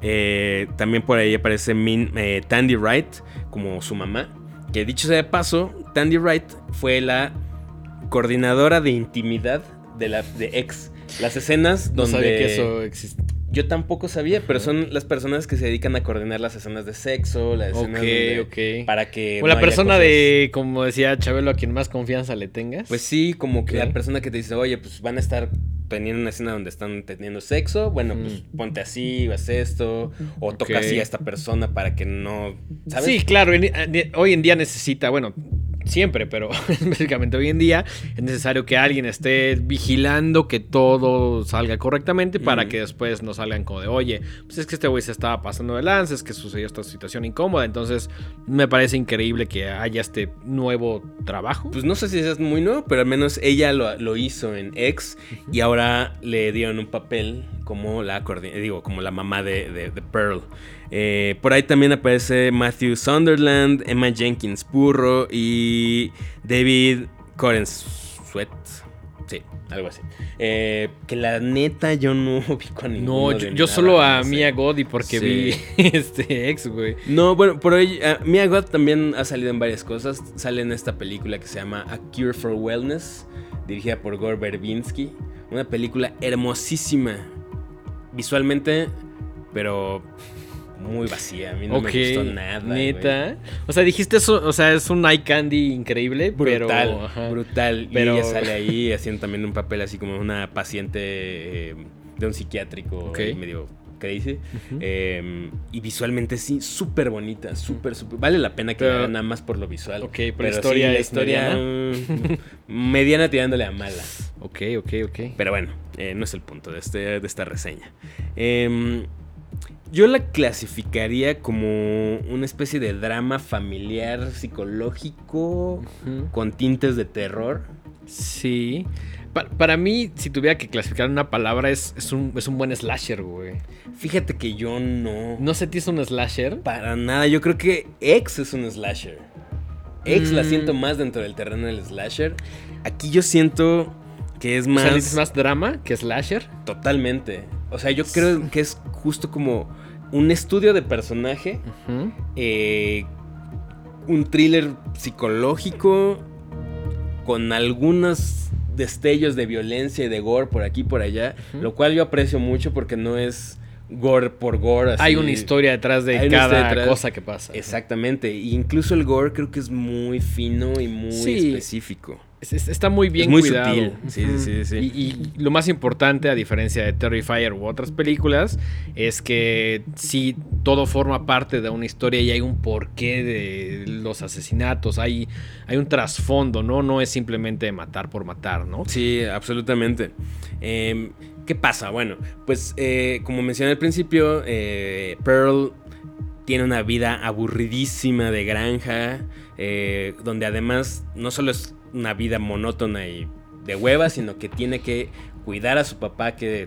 eh, también por ahí aparece Min, eh, Tandy Wright como su mamá, que dicho sea de paso, Tandy Wright fue la coordinadora de intimidad de, la, de X. Las escenas donde... No sabía que eso existe. Yo tampoco sabía, pero son las personas que se dedican a coordinar las escenas de sexo, las escenas okay, donde, okay. para que o no la persona cosas... de, como decía Chabelo, a quien más confianza le tengas. Pues sí, como que okay. la persona que te dice, oye, pues van a estar teniendo una escena donde están teniendo sexo, bueno, mm. pues ponte así, haz esto, o toca okay. así a esta persona para que no, ¿sabes? Sí, claro, en, en, hoy en día necesita, bueno... siempre, pero específicamente hoy en día es necesario que alguien esté vigilando que todo salga correctamente para mm. que después no salgan como de, oye, pues es que este güey se estaba pasando de lanza, es que sucedió esta situación incómoda. Entonces me parece increíble que haya este nuevo trabajo. Pues no sé si es muy nuevo, pero al menos ella lo, lo hizo en X uh-huh. y ahora le dieron un papel como la, digo, como la mamá de, de, de Pearl. Eh, por ahí también aparece Matthew Sunderland, Emma Jenkins Burro y David Corenswet. Sí, algo así. Eh, que la neta yo no ubico a ninguno. No, yo, yo solo a Mia Goth porque sí. vi este X, güey. No, bueno, por ahí uh, Mia Goth también ha salido en varias cosas. Sale en esta película que se llama A Cure for Wellness, dirigida por Gore Verbinski. Una película hermosísima visualmente, pero muy vacía. A mí no okay, me gustó nada. Neta. Güey. O sea, dijiste eso, o sea, es un eye candy increíble, brutal, pero ajá, brutal. Pero... Y ella sale ahí haciendo también un papel así como una paciente eh, de un psiquiátrico okay. medio crazy. Uh-huh. Eh, y visualmente sí, súper bonita, súper, súper. Vale la pena que pero... la vean nada más por lo visual. Ok, pero, pero la historia sí, la es historia mediana. mediana tirándole a mala. Ok, ok, ok. Pero bueno, eh, no es el punto de, este, de esta reseña. Eh, Yo la clasificaría como una especie de drama familiar psicológico uh-huh. con tintes de terror. Sí. Pa- para mí, si tuviera que clasificar una palabra, es, es, un, es un buen slasher, güey. Fíjate que yo no. ¿No sentís un slasher? Para nada. Yo creo que X es un slasher. X mm. la siento más dentro del terreno del slasher. Aquí yo siento que es más... O sea, ¿es más drama que slasher? Totalmente. O sea, yo creo que es justo como un estudio de personaje, uh-huh. eh, un thriller psicológico con algunos destellos de violencia y de gore por aquí y por allá, uh-huh. lo cual yo aprecio mucho porque no es gore por gore. Así. Hay una historia detrás de Hay cada detrás. cosa que pasa. Exactamente. E incluso el gore creo que es muy fino y muy sí. específico. Es, es, está muy bien es muy cuidado. Sutil. Sí, uh-huh. sí, sí. Y, y lo más importante, a diferencia de Terrifier u otras películas, es que sí, todo forma parte de una historia y hay un porqué de los asesinatos. Hay, hay un trasfondo, ¿no? No es simplemente matar por matar, ¿no? Sí, absolutamente. Eh, ¿Qué pasa? Bueno, pues eh, como mencioné al principio, eh, Pearl tiene una vida aburridísima de granja, eh, donde además no solo es una vida monótona y de hueva, sino que tiene que cuidar a su papá que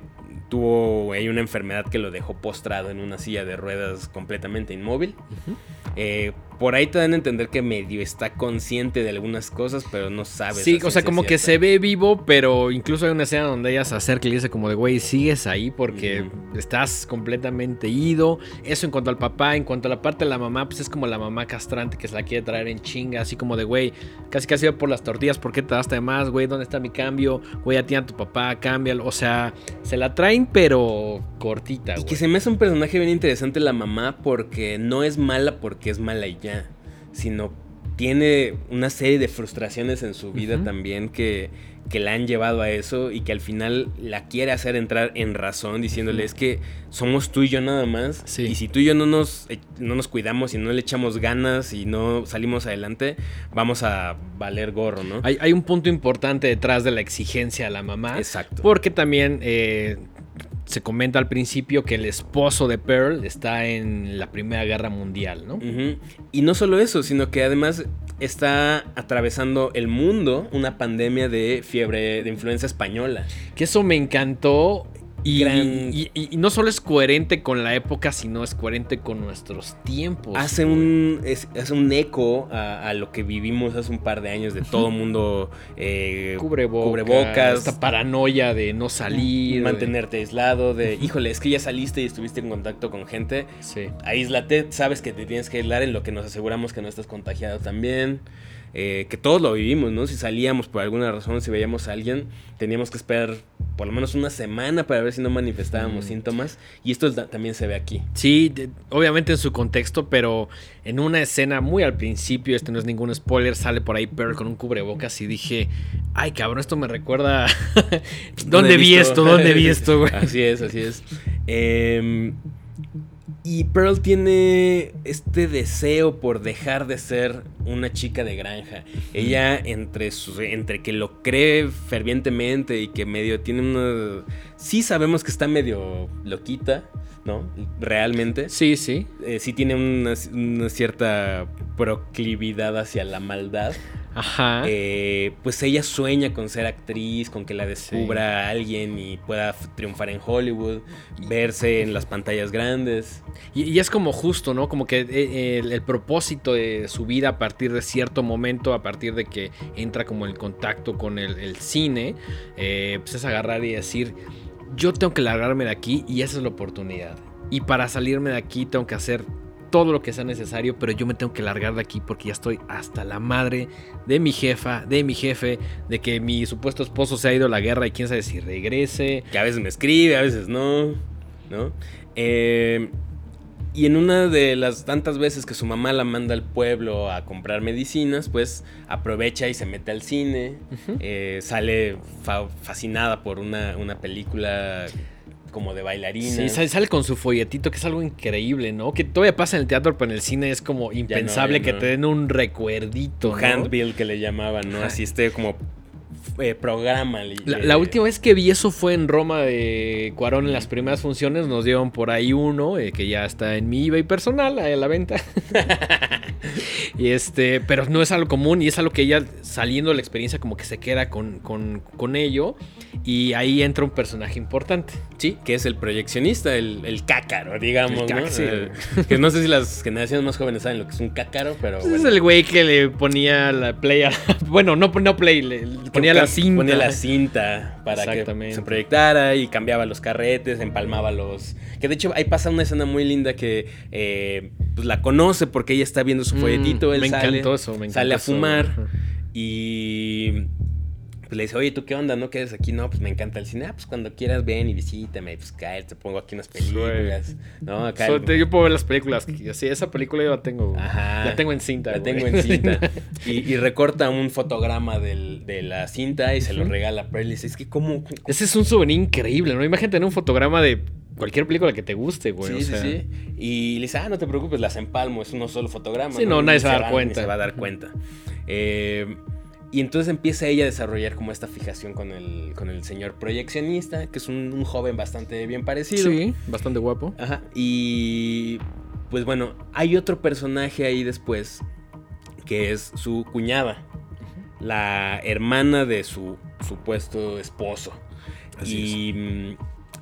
tuvo eh, una enfermedad que lo dejó postrado en una silla de ruedas completamente inmóvil. Uh-huh. Eh, por ahí te dan a entender que medio está consciente de algunas cosas, pero no sabe. Sí, o sea, como cierta. que se ve vivo, pero incluso hay una escena donde ella se acerca y le dice como de, güey, sigues ahí porque uh-huh. estás completamente ido. Eso en cuanto al papá. En cuanto a la parte de la mamá, pues es como la mamá castrante que se la quiere traer en chinga, así como de, güey, casi casi va por las tortillas, ¿por qué te daste de más? Güey, ¿dónde está mi cambio? Güey, a ti a tu papá, cámbialo. O sea, se la traen, pero cortita, güey. Y que se me hace un personaje bien interesante la mamá, porque no es mala porque es mala y ya, sino tiene una serie de frustraciones en su vida uh-huh. también que, que la han llevado a eso y que al final la quiere hacer entrar en razón diciéndole uh-huh. es que somos tú y yo nada más sí. y si tú y yo no nos, no nos cuidamos y no le echamos ganas y no salimos adelante, vamos a valer gorro, ¿no? Hay, hay un punto importante detrás de la exigencia a la mamá. Exacto. Porque también... Eh, se comenta al principio que el esposo de Pearl está en la Primera Guerra Mundial, ¿no? Uh-huh. Y no solo eso, sino que además está atravesando el mundo una pandemia de fiebre de influenza española. Que eso me encantó. Y, Gran... y, y, y no solo es coherente con la época, sino es coherente con nuestros tiempos. Hace un, es, hace un eco a, a lo que vivimos hace un par de años de todo mundo eh, cubrebocas, cubrebocas, esta paranoia de no salir, mantenerte de... aislado, de híjole, es que ya saliste y estuviste en contacto con gente. Sí. Aíslate, sabes que te tienes que aislar, en lo que nos aseguramos que no estás contagiado también. Eh, que todos lo vivimos, ¿no? Si salíamos por alguna razón, si veíamos a alguien, teníamos que esperar por lo menos una semana para ver si no manifestábamos mm. síntomas. Y esto da, también se ve aquí. Sí, de, obviamente en su contexto, pero en una escena muy al principio, este no es ningún spoiler, sale por ahí Pearl con un cubrebocas y dije, ay cabrón, esto me recuerda... ¿Dónde vi esto? ¿Dónde vi esto, güey? Así es, así es. Eh... Y Pearl tiene este deseo por dejar de ser una chica de granja. Ella, entre, su, entre que lo cree fervientemente y que medio tiene una... Sí sabemos que está medio loquita, ¿no? Realmente. Sí, sí. Eh, sí tiene una, una cierta proclividad hacia la maldad. Ajá. Eh, pues ella sueña con ser actriz, con que la descubra sí. alguien y pueda triunfar en Hollywood, verse en las pantallas grandes. Y, y es como justo, ¿no? Como que eh, el, el propósito de su vida a partir de cierto momento, a partir de que entra como en contacto con el, el cine, eh, pues es agarrar y decir, yo tengo que largarme de aquí y esa es la oportunidad. Y para salirme de aquí tengo que hacer todo lo que sea necesario, pero yo me tengo que largar de aquí porque ya estoy hasta la madre de mi jefa, de mi jefe, de que mi supuesto esposo se ha ido a la guerra y quién sabe si regrese. Que a veces me escribe, a veces no, ¿no? Eh, y en una de las tantas veces que su mamá la manda al pueblo a comprar medicinas, pues aprovecha y se mete al cine, uh-huh. eh, sale fa- fascinada por una, una película... como de bailarina. Sí, sale, sale con su folletito, que es algo increíble, ¿no? Que todavía pasa en el teatro, pero en el cine es como impensable no, que no. te den un recuerdito, tu ¿no? handbill que le llamaban, ¿no? Así este como eh, programa. La, la última vez que vi eso fue en Roma de Cuarón en las primeras funciones. Nos dieron por ahí uno, eh, que ya está en mi eBay personal, a la venta. Y este, pero no es algo común y es algo que ella, saliendo de la experiencia, como que se queda con, con, con ello. Y ahí entra un personaje importante. Sí, que es el proyeccionista, el, el cácaro, digamos, el cácaro, ¿no? Sí. Eh, que no sé si las generaciones más jóvenes saben lo que es un cácaro, pero pues bueno. Es el güey que le ponía la play a la, bueno, no, no play, le, le ponía la cinta. Ponía la cinta para que se proyectara y cambiaba los carretes, empalmaba los... Que de hecho ahí pasa una escena muy linda que eh, pues la conoce porque ella está viendo su folletito, mm, él me sale, encantó eso, me encantó sale a eso. fumar y... Pues le dice, oye, ¿tú qué onda? ¿No quedas aquí? No, pues me encanta el cine. Ah, pues cuando quieras ven y visítame. Pues cae, te pongo aquí unas películas. Sí. ¿No? Acá so, el... Yo puedo ver las películas. Sí, esa película yo la tengo. Ajá, la tengo en cinta. La güey. tengo en cinta. y, y recorta un fotograma del, de la cinta y se lo regala a Pearl. Y dice, es que ¿cómo, cómo? Ese es un souvenir increíble, ¿no? Imagínate tener un fotograma de cualquier película que te guste, güey. Sí, o sea... sí, sí. Y le dice, ah, no te preocupes, las empalmo. Es uno solo fotograma. Sí, no, no nadie se va a dar va, cuenta. se va a dar cuenta. Eh... Y entonces empieza ella a desarrollar como esta fijación con el, con el señor proyeccionista, que es un, un joven bastante bien parecido. Sí, bastante guapo. Ajá. Y pues bueno, hay otro personaje ahí después, que es su cuñada, uh-huh. la hermana de su supuesto esposo. Así y... Es.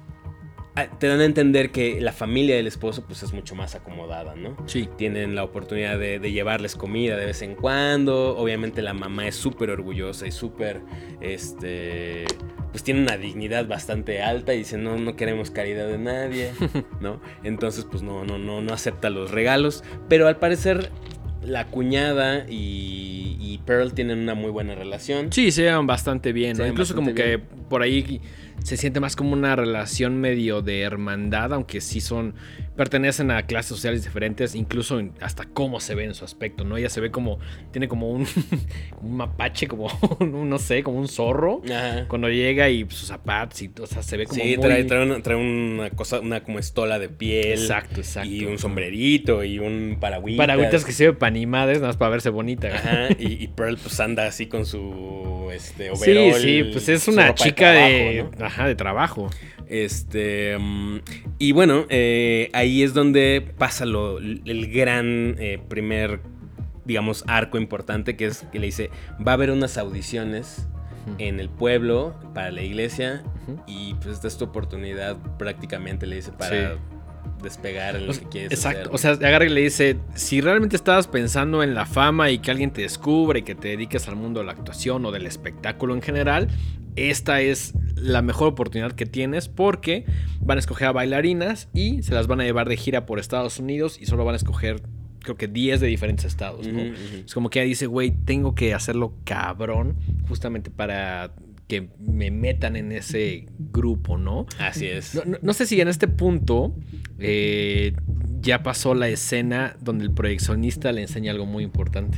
Te dan a entender que la familia del esposo pues es mucho más acomodada, ¿no? Sí. Tienen la oportunidad de, de llevarles comida de vez en cuando. Obviamente la mamá es súper orgullosa y súper, este... pues tiene una dignidad bastante alta y dice, no, no queremos caridad de nadie, ¿no? Entonces pues no, no, no, no acepta los regalos. Pero al parecer la cuñada y, y Pearl tienen una muy buena relación. Sí, se llevan bastante bien, ¿no? Incluso como bien. que por ahí se siente más como una relación medio de hermandad, aunque sí son, pertenecen a clases sociales diferentes, incluso en, hasta cómo se ve en su aspecto, ¿no? Ella se ve como, tiene como un, un mapache, como un, no sé, como un zorro. Ajá. Cuando llega y sus zapatos, y, o sea, se ve como sí, muy... trae, trae, una, trae una cosa, una como estola de piel. Exacto, exacto. Y un sombrerito y un paragüitas. Paragüitas que sirve para animales, nada más para verse bonita. Ajá, y, y Pearl pues anda así con su este overall. Sí, sí, pues es una chica de, trabajo, ¿no? Ajá, de trabajo. Este, um, y bueno, eh, ahí es donde pasa lo, el gran eh, primer, digamos, arco importante, que es que le dice, va a haber unas audiciones uh-huh. en el pueblo para la iglesia uh-huh. y pues esta es tu oportunidad prácticamente, le dice, para... Sí. despegar en lo que quieres Exacto, hacer. O sea, agarra y le dice, si realmente estabas pensando en la fama y que alguien te descubre y que te dediques al mundo de la actuación o del espectáculo en general, esta es la mejor oportunidad que tienes porque van a escoger a bailarinas y se las van a llevar de gira por Estados Unidos y solo van a escoger, creo que diez de diferentes estados, ¿no? Uh-huh, uh-huh. Es como que ella dice, güey, tengo que hacerlo cabrón justamente para... que me metan en ese grupo, ¿no? Así es. No, no, no sé si en este punto eh, ya pasó la escena donde el proyeccionista le enseña algo muy importante.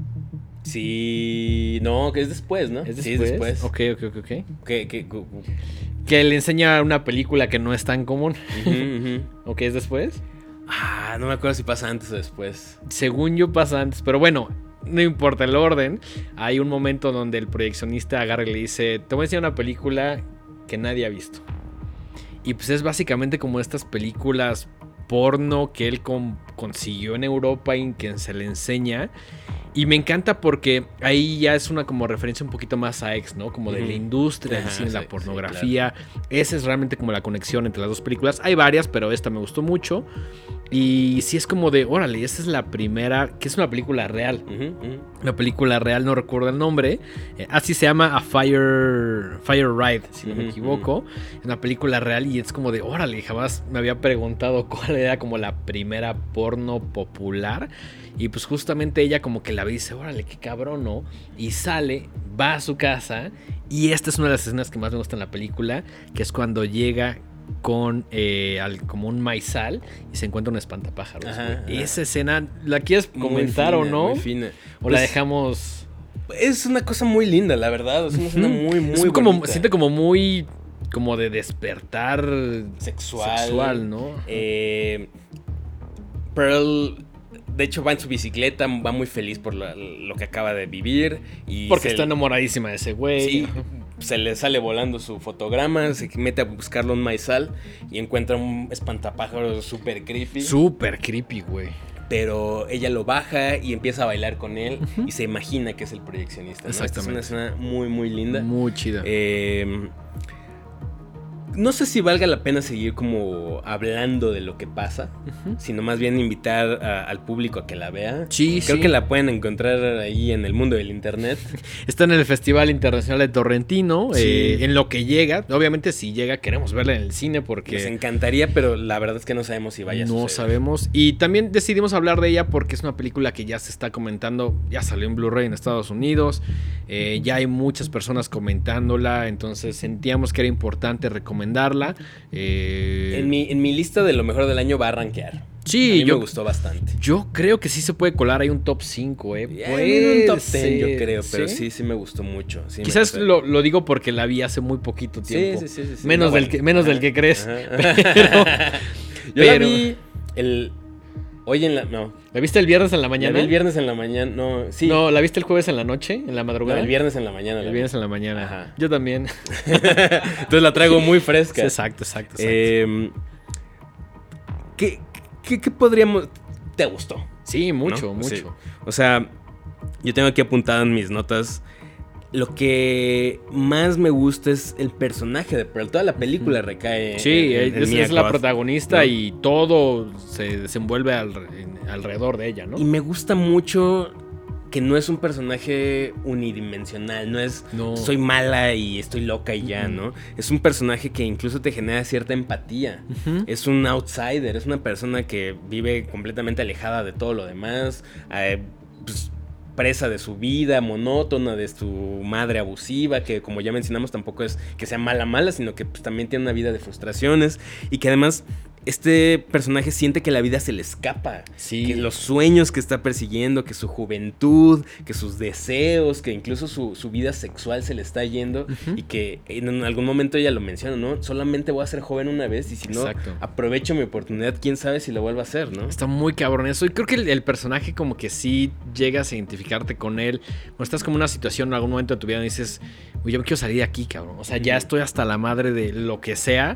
Sí, no, que es después, ¿no? ¿Es después? Sí, es después. Ok, ok, ok, ok. Que, que, que, que le enseña una película que no es tan común. Uh-huh, uh-huh. ¿Ok, es después? Ah, no me acuerdo si pasa antes o después. Según yo pasa antes, pero bueno, no importa el orden. Hay un momento donde el proyeccionista agarra y le dice, te voy a enseñar una película que nadie ha visto. Y pues es básicamente como estas películas porno que él con, consiguió en Europa y que se le enseña. Y me encanta porque ahí ya es una como referencia un poquito más a X, ¿no? Como de uh-huh. la industria, Ajá, del cine, sí, la pornografía. Sí, claro. Esa es realmente como la conexión entre las dos películas. Hay varias, pero esta me gustó mucho. Y sí es como de, órale, esta es la primera, que es una película real. Uh-huh, uh-huh. Una película real, no recuerdo el nombre. Eh, así se llama A Fire, Fire Ride, si uh-huh, no me equivoco. Uh-huh. Es una película real y es como de, órale, jamás me había preguntado cuál era como la primera porno popular. Y pues justamente ella como que la ve y dice, órale, qué cabrón, ¿no? Y sale, va a su casa. Y esta es una de las escenas que más me gusta en la película, que es cuando llega con eh, al, como un maizal y se encuentra un espantapájaros. Ajá, ajá. Esa escena, ¿la quieres comentar muy fina, o no? Muy fina. ¿O pues, la dejamos...? Es una cosa muy linda, la verdad. Es una escena muy, muy es como, siente como muy... como de despertar sexual, sexual ¿no? Eh, Pearl... De hecho va en su bicicleta, va muy feliz por lo, lo que acaba de vivir. Y Porque está enamoradísima de ese güey. Sí, se le sale volando su fotograma, se mete a buscarlo un maizal y encuentra un espantapájaros súper creepy. Súper creepy, güey. Pero ella lo baja y empieza a bailar con él uh-huh. y se imagina que es el proyeccionista, ¿no? Exactamente. Es una escena muy, muy linda. Muy chida. Eh... No sé si valga la pena seguir como hablando de lo que pasa, uh-huh. sino más bien invitar a, al público a que la vea. Sí, Creo sí. que la pueden encontrar ahí en el mundo del internet. Está en el Festival Internacional de Torrentino, sí. eh, en lo que llega. Obviamente si llega queremos verla en el cine porque... Nos encantaría, pero la verdad es que no sabemos si vaya a suceder. No sabemos. Y también decidimos hablar de ella porque es una película que ya se está comentando, ya salió en Blu-ray en Estados Unidos, eh, ya hay muchas personas comentándola, entonces sentíamos que era importante recomendarla. Eh... En, mi, en mi lista de lo mejor del año va a rankear. Sí, a mí yo, me gustó bastante. Yo creo que sí se puede colar, hay un top cinco, eh. Yeah, un top diez, yo creo, pero ¿sí? sí, sí me gustó mucho. Sí Quizás lo, lo digo porque la vi hace muy poquito tiempo. Sí, sí, sí. sí, sí. Menos, no, del, bueno. que, menos ajá, del que crees. Ajá. Pero, yo pero, la vi el... Hoy en la... No. ¿La viste el viernes en la mañana? La vi el viernes en la mañana, no, sí. No, ¿la viste el jueves en la noche, en la madrugada? No, el viernes en la mañana. El viernes en la mañana. Ajá. Yo también. Entonces la traigo muy fresca. Exacto, exacto, exacto. Eh, ¿qué, qué, ¿Qué podríamos...? ¿Te gustó? Sí, mucho, ¿no? mucho. Sí. O sea, yo tengo aquí apuntado en mis notas... Lo que más me gusta es el personaje de Pearl. Toda la película recae sí, en, en es, Mia es la Goth, protagonista, ¿no? Y todo se desenvuelve al, en, alrededor de ella, ¿no? Y me gusta mucho que no es un personaje unidimensional. No es no. soy mala y estoy loca y ya, uh-huh. ¿no? Es un personaje que incluso te genera cierta empatía. Uh-huh. Es un outsider, es una persona que vive completamente alejada de todo lo demás. Eh, pues, presa de su vida, monótona, de su madre abusiva, que como ya mencionamos tampoco es que sea mala mala, sino que pues, también tiene una vida de frustraciones y que además este personaje siente que la vida se le escapa, sí. que los sueños que está persiguiendo, que su juventud, que sus deseos, que incluso su, su vida sexual se le está yendo uh-huh. y que en algún momento ella lo menciona, ¿no? Solamente voy a ser joven una vez y si no Exacto. aprovecho mi oportunidad, quién sabe si lo vuelvo a hacer, ¿no? Está muy cabrón eso y creo que el, el personaje como que sí llegas a identificarte con él, cuando estás como en una situación en algún momento de tu vida y dices, uy, yo me quiero salir de aquí, cabrón, o sea, uh-huh. ya estoy hasta la madre de lo que sea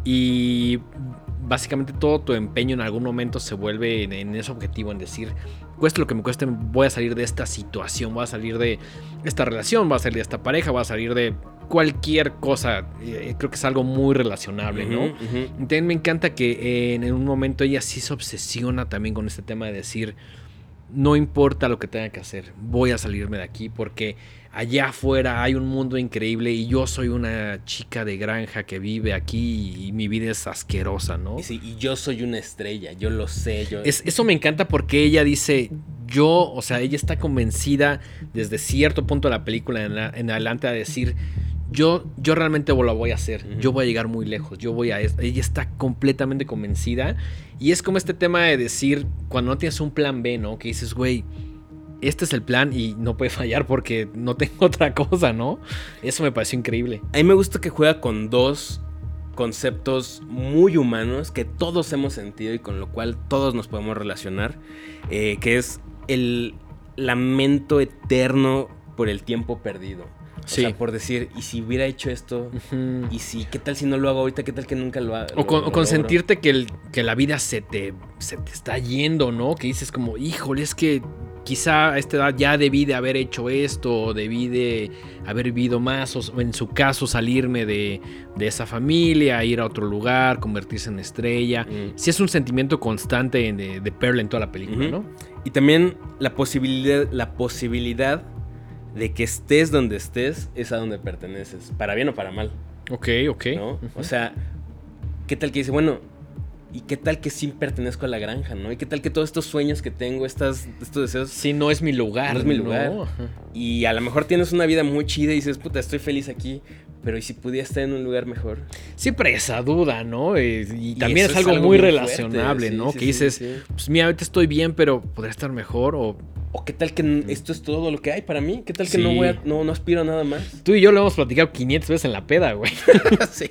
y... básicamente todo tu empeño en algún momento se vuelve en, en ese objetivo, en decir, cueste lo que me cueste, voy a salir de esta situación, voy a salir de esta relación, voy a salir de esta pareja, voy a salir de cualquier cosa. Eh, creo que es algo muy relacionable, ¿no? Uh-huh, uh-huh. Entonces me encanta que eh, en un momento ella sí se obsesiona también con este tema de decir, no importa lo que tenga que hacer, voy a salirme de aquí porque allá afuera hay un mundo increíble y yo soy una chica de granja que vive aquí y mi vida es asquerosa, ¿no? Y, sí, y yo soy una estrella, yo lo sé. Yo... Es, eso me encanta porque ella dice, yo, o sea, ella está convencida desde cierto punto de la película en, la, en adelante a decir, yo, yo realmente lo voy a hacer, uh-huh. yo voy a llegar muy lejos, yo voy a... Ella está completamente convencida y es como este tema de decir, cuando no tienes un plan B, ¿no? Que dices, güey, este es el plan y no puede fallar porque no tengo otra cosa, ¿no? Eso me pareció increíble. A mí me gusta que juega con dos conceptos muy humanos que todos hemos sentido y con lo cual todos nos podemos relacionar, eh, que es el lamento eterno por el tiempo perdido. O sí. sea, por decir, ¿y si hubiera hecho esto? Uh-huh. ¿Y si, qué tal si no lo hago ahorita? ¿Qué tal que nunca lo hago? O con, o con sentirte que, el, que la vida se te, se te está yendo, ¿no? Que dices como, híjole, es que quizá a esta edad ya debí de haber hecho esto, o debí de haber vivido más, o en su caso salirme de, de esa familia, ir a otro lugar, convertirse en estrella. Mm. Sí es un sentimiento constante de, de Pearl en toda la película, uh-huh. ¿no? Y también la posibilidad, la posibilidad de que estés donde estés es a donde perteneces, para bien o para mal. Ok, ok. ¿No? Uh-huh. O sea, ¿qué tal que dice, bueno, ¿y qué tal que sí pertenezco a la granja, no? ¿Y qué tal que todos estos sueños que tengo, estas, estos deseos... Sí, no es mi lugar. No es mi lugar. No. Y a lo mejor tienes una vida muy chida y dices, puta, estoy feliz aquí, pero ¿y si pudiera estar en un lugar mejor? Siempre esa duda, ¿no? Y, y también y es, algo es algo muy relacionable, fuerte, ¿no? Sí, que sí, dices, sí, sí. pues mira, ahorita estoy bien, pero ¿podría estar mejor? O... ¿O qué tal que esto es todo lo que hay para mí? ¿Qué tal que sí. no, voy a, no, no aspiro a nada más? Tú y yo lo hemos platicado quinientas veces en la peda, güey. Sí.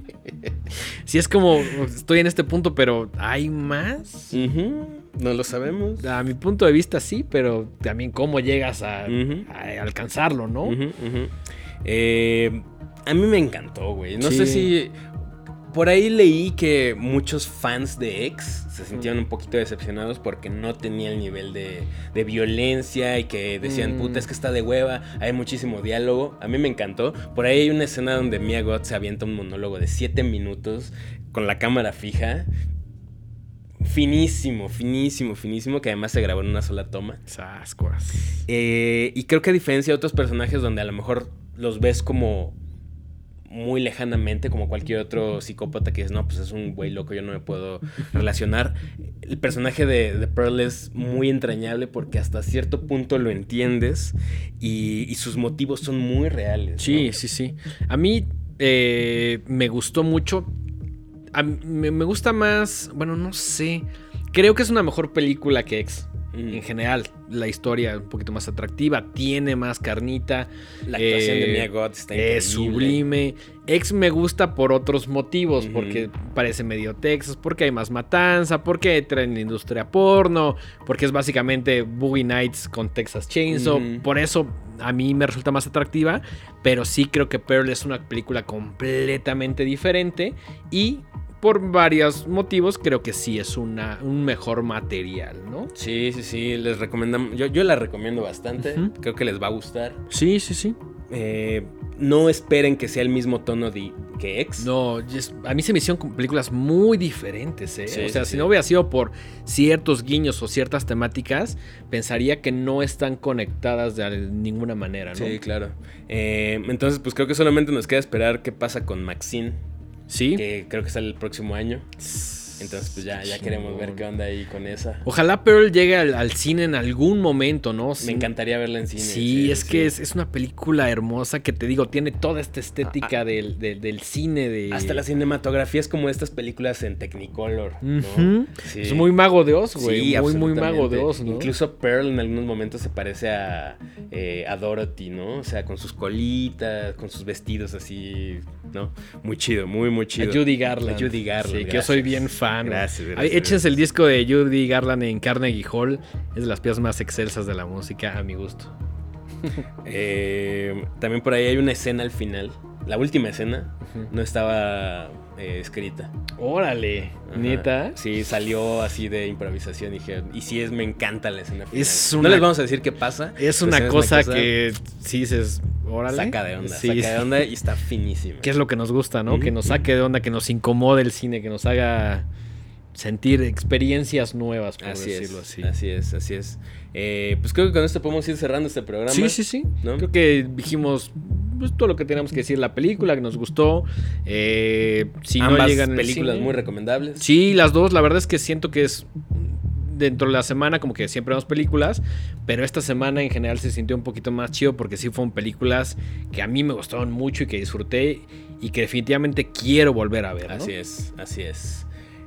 Sí, es como, estoy en este punto, pero ¿hay más? Uh-huh. No lo sabemos. A mi punto de vista sí, pero también cómo llegas a, uh-huh. a alcanzarlo, ¿no? Uh-huh, uh-huh. Eh, a mí me encantó, güey. No sí. sé si... Por ahí leí que muchos fans de X se sentían un poquito decepcionados porque no tenía el nivel de, de violencia y que decían, mm. puta, es que está de hueva, hay muchísimo diálogo. A mí me encantó. Por ahí hay una escena donde Mia Goth se avienta un monólogo de siete minutos con la cámara fija. Finísimo, finísimo, finísimo, que además se grabó en una sola toma. Sascuas. Eh, y creo que a diferencia de otros personajes donde a lo mejor los ves como... muy lejanamente, como cualquier otro psicópata que dices, no, pues es un güey loco, yo no me puedo relacionar. El personaje de, de Pearl es muy entrañable porque hasta cierto punto lo entiendes y, y sus motivos son muy reales. Sí, ¿no? sí, sí. A mí eh, me gustó mucho. A mí, me, me gusta más, bueno, no sé. Creo que es una mejor película que X. Mm. En general, la historia es un poquito más atractiva, tiene más carnita. La actuación eh, de Mia Goth está increíble. Es sublime. X me gusta por otros motivos, mm-hmm. porque parece medio Texas, porque hay más matanza, porque entra en la industria porno, porque es básicamente Boogie Nights con Texas Chainsaw. Mm-hmm. Por eso a mí me resulta más atractiva, pero sí creo que Pearl es una película completamente diferente y... por varios motivos, creo que sí es una, un mejor material, ¿no? Sí, sí, sí, les recomendamos. Yo, yo la recomiendo bastante. Uh-huh. Creo que les va a gustar. Sí, sí, sí. Eh, no esperen que sea el mismo tono de, que X. No, es, a mí se me hicieron películas muy diferentes, ¿eh? Sí, o sea, sí, si sí. no hubiera sido por ciertos guiños o ciertas temáticas, pensaría que no están conectadas de ninguna manera, ¿no? Sí, claro. Eh, entonces, pues creo que solamente nos queda esperar qué pasa con Maxine. Sí. Que creo que sale el próximo año. Entonces, pues ya, ya queremos ver qué onda ahí con esa. Ojalá Pearl llegue al, al cine en algún momento, ¿no? Me Sin... encantaría verla en cine. Sí, sí es sí. que es, es una película hermosa que te digo, tiene toda esta estética ah, ah. Del, del, del cine. De... Hasta la cinematografía es como estas películas en Technicolor, ¿no? Uh-huh. Sí. Es muy Mago de Oz, güey. Sí, muy, muy Mago de Oz, ¿no? Incluso Pearl en algunos momentos se parece a, eh, a Dorothy, ¿no? O sea, con sus colitas, con sus vestidos así, ¿no? Muy chido, muy, muy chido. A Judy Garland. A Judy Garland. Sí, que yo soy bien fan. Gracias, gracias. Échense el disco de Judy Garland en Carnegie Hall. Es de las piezas más excelsas de la música, a mi gusto. eh, también por ahí hay una escena al final. La última escena uh-huh. no estaba eh, escrita. Órale, ajá. ¿Neta? Sí, salió así de improvisación. Dije, y sí, es, me encanta la escena final. Es una, no les vamos a decir qué pasa. Es una, cosa, es una cosa que sí dices, órale. Saca de onda, sí, saca sí. de onda y está finísima. Que es lo que nos gusta, ¿no? Uh-huh. Que nos saque de onda, que nos incomode el cine, que nos haga sentir experiencias nuevas, por así decirlo es, así. Así es, así es. Eh, pues creo que con esto podemos ir cerrando este programa. Sí, sí, sí. ¿No? Creo que dijimos pues, todo lo que teníamos que decir. La película que nos gustó. Eh, si Ambas no llegan películas cine, muy recomendables. Sí, las dos. La verdad es que siento que es dentro de la semana como que siempre vemos películas, pero esta semana en general se sintió un poquito más chido porque sí fueron películas que a mí me gustaron mucho y que disfruté y que definitivamente quiero volver a ver, ¿no? Así es, así es.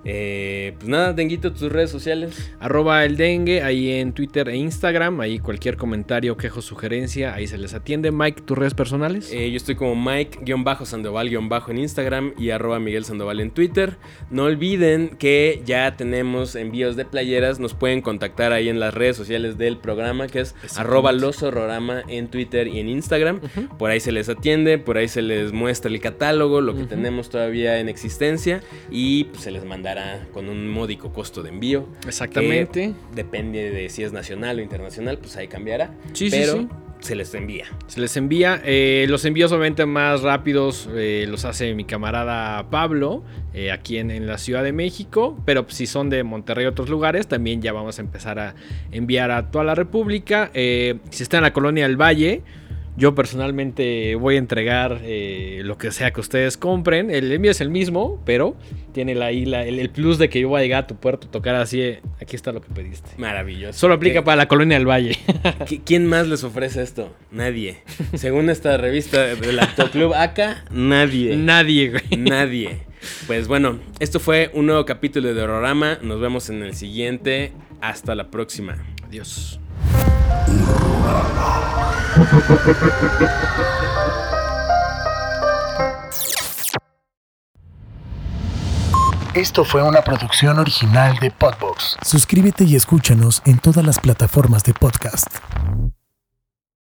Eh, pues nada, Denguito, tus redes sociales. Arroba el dengue, ahí en Twitter e Instagram. Ahí cualquier comentario, quejo, sugerencia, ahí se les atiende. Mike, ¿tus redes personales? Eh, yo estoy como Mike-Sandoval- en Instagram y arroba Miguel Sandoval en Twitter. No olviden que ya tenemos envíos de playeras. Nos pueden contactar ahí en las redes sociales del programa, que es arroba loshorrorama en Twitter y en Instagram. Uh-huh. Por ahí se les atiende, por ahí se les muestra el catálogo, lo que uh-huh. tenemos todavía en existencia, y pues, se les mandará con un módico costo de envío. Exactamente. Depende de si es nacional o internacional, pues ahí cambiará. Sí, pero sí, sí. se les envía. Se les envía. Eh, los envíos obviamente más rápidos eh, los hace mi camarada Pablo, eh, aquí en, en la Ciudad de México. Pero si son de Monterrey y otros lugares, también ya vamos a empezar a enviar a toda la República. Eh, si está en la Colonia del Valle, yo personalmente voy a entregar eh, lo que sea que ustedes compren. El envío es el mismo, pero tiene la, la, el, el plus de que yo voy a llegar a tu puerto, tocar así, eh, aquí está lo que pediste. Maravilloso. Solo aplica para la Colonia del Valle. ¿Quién más les ofrece esto? Nadie. Según esta revista del Actoclub acá, nadie. Nadie, güey. Nadie. Pues bueno, esto fue un nuevo capítulo de Horrorama. Nos vemos en el siguiente. Hasta la próxima. Adiós. Esto fue una producción original de Podbox. Suscríbete y escúchanos en todas las plataformas de podcast.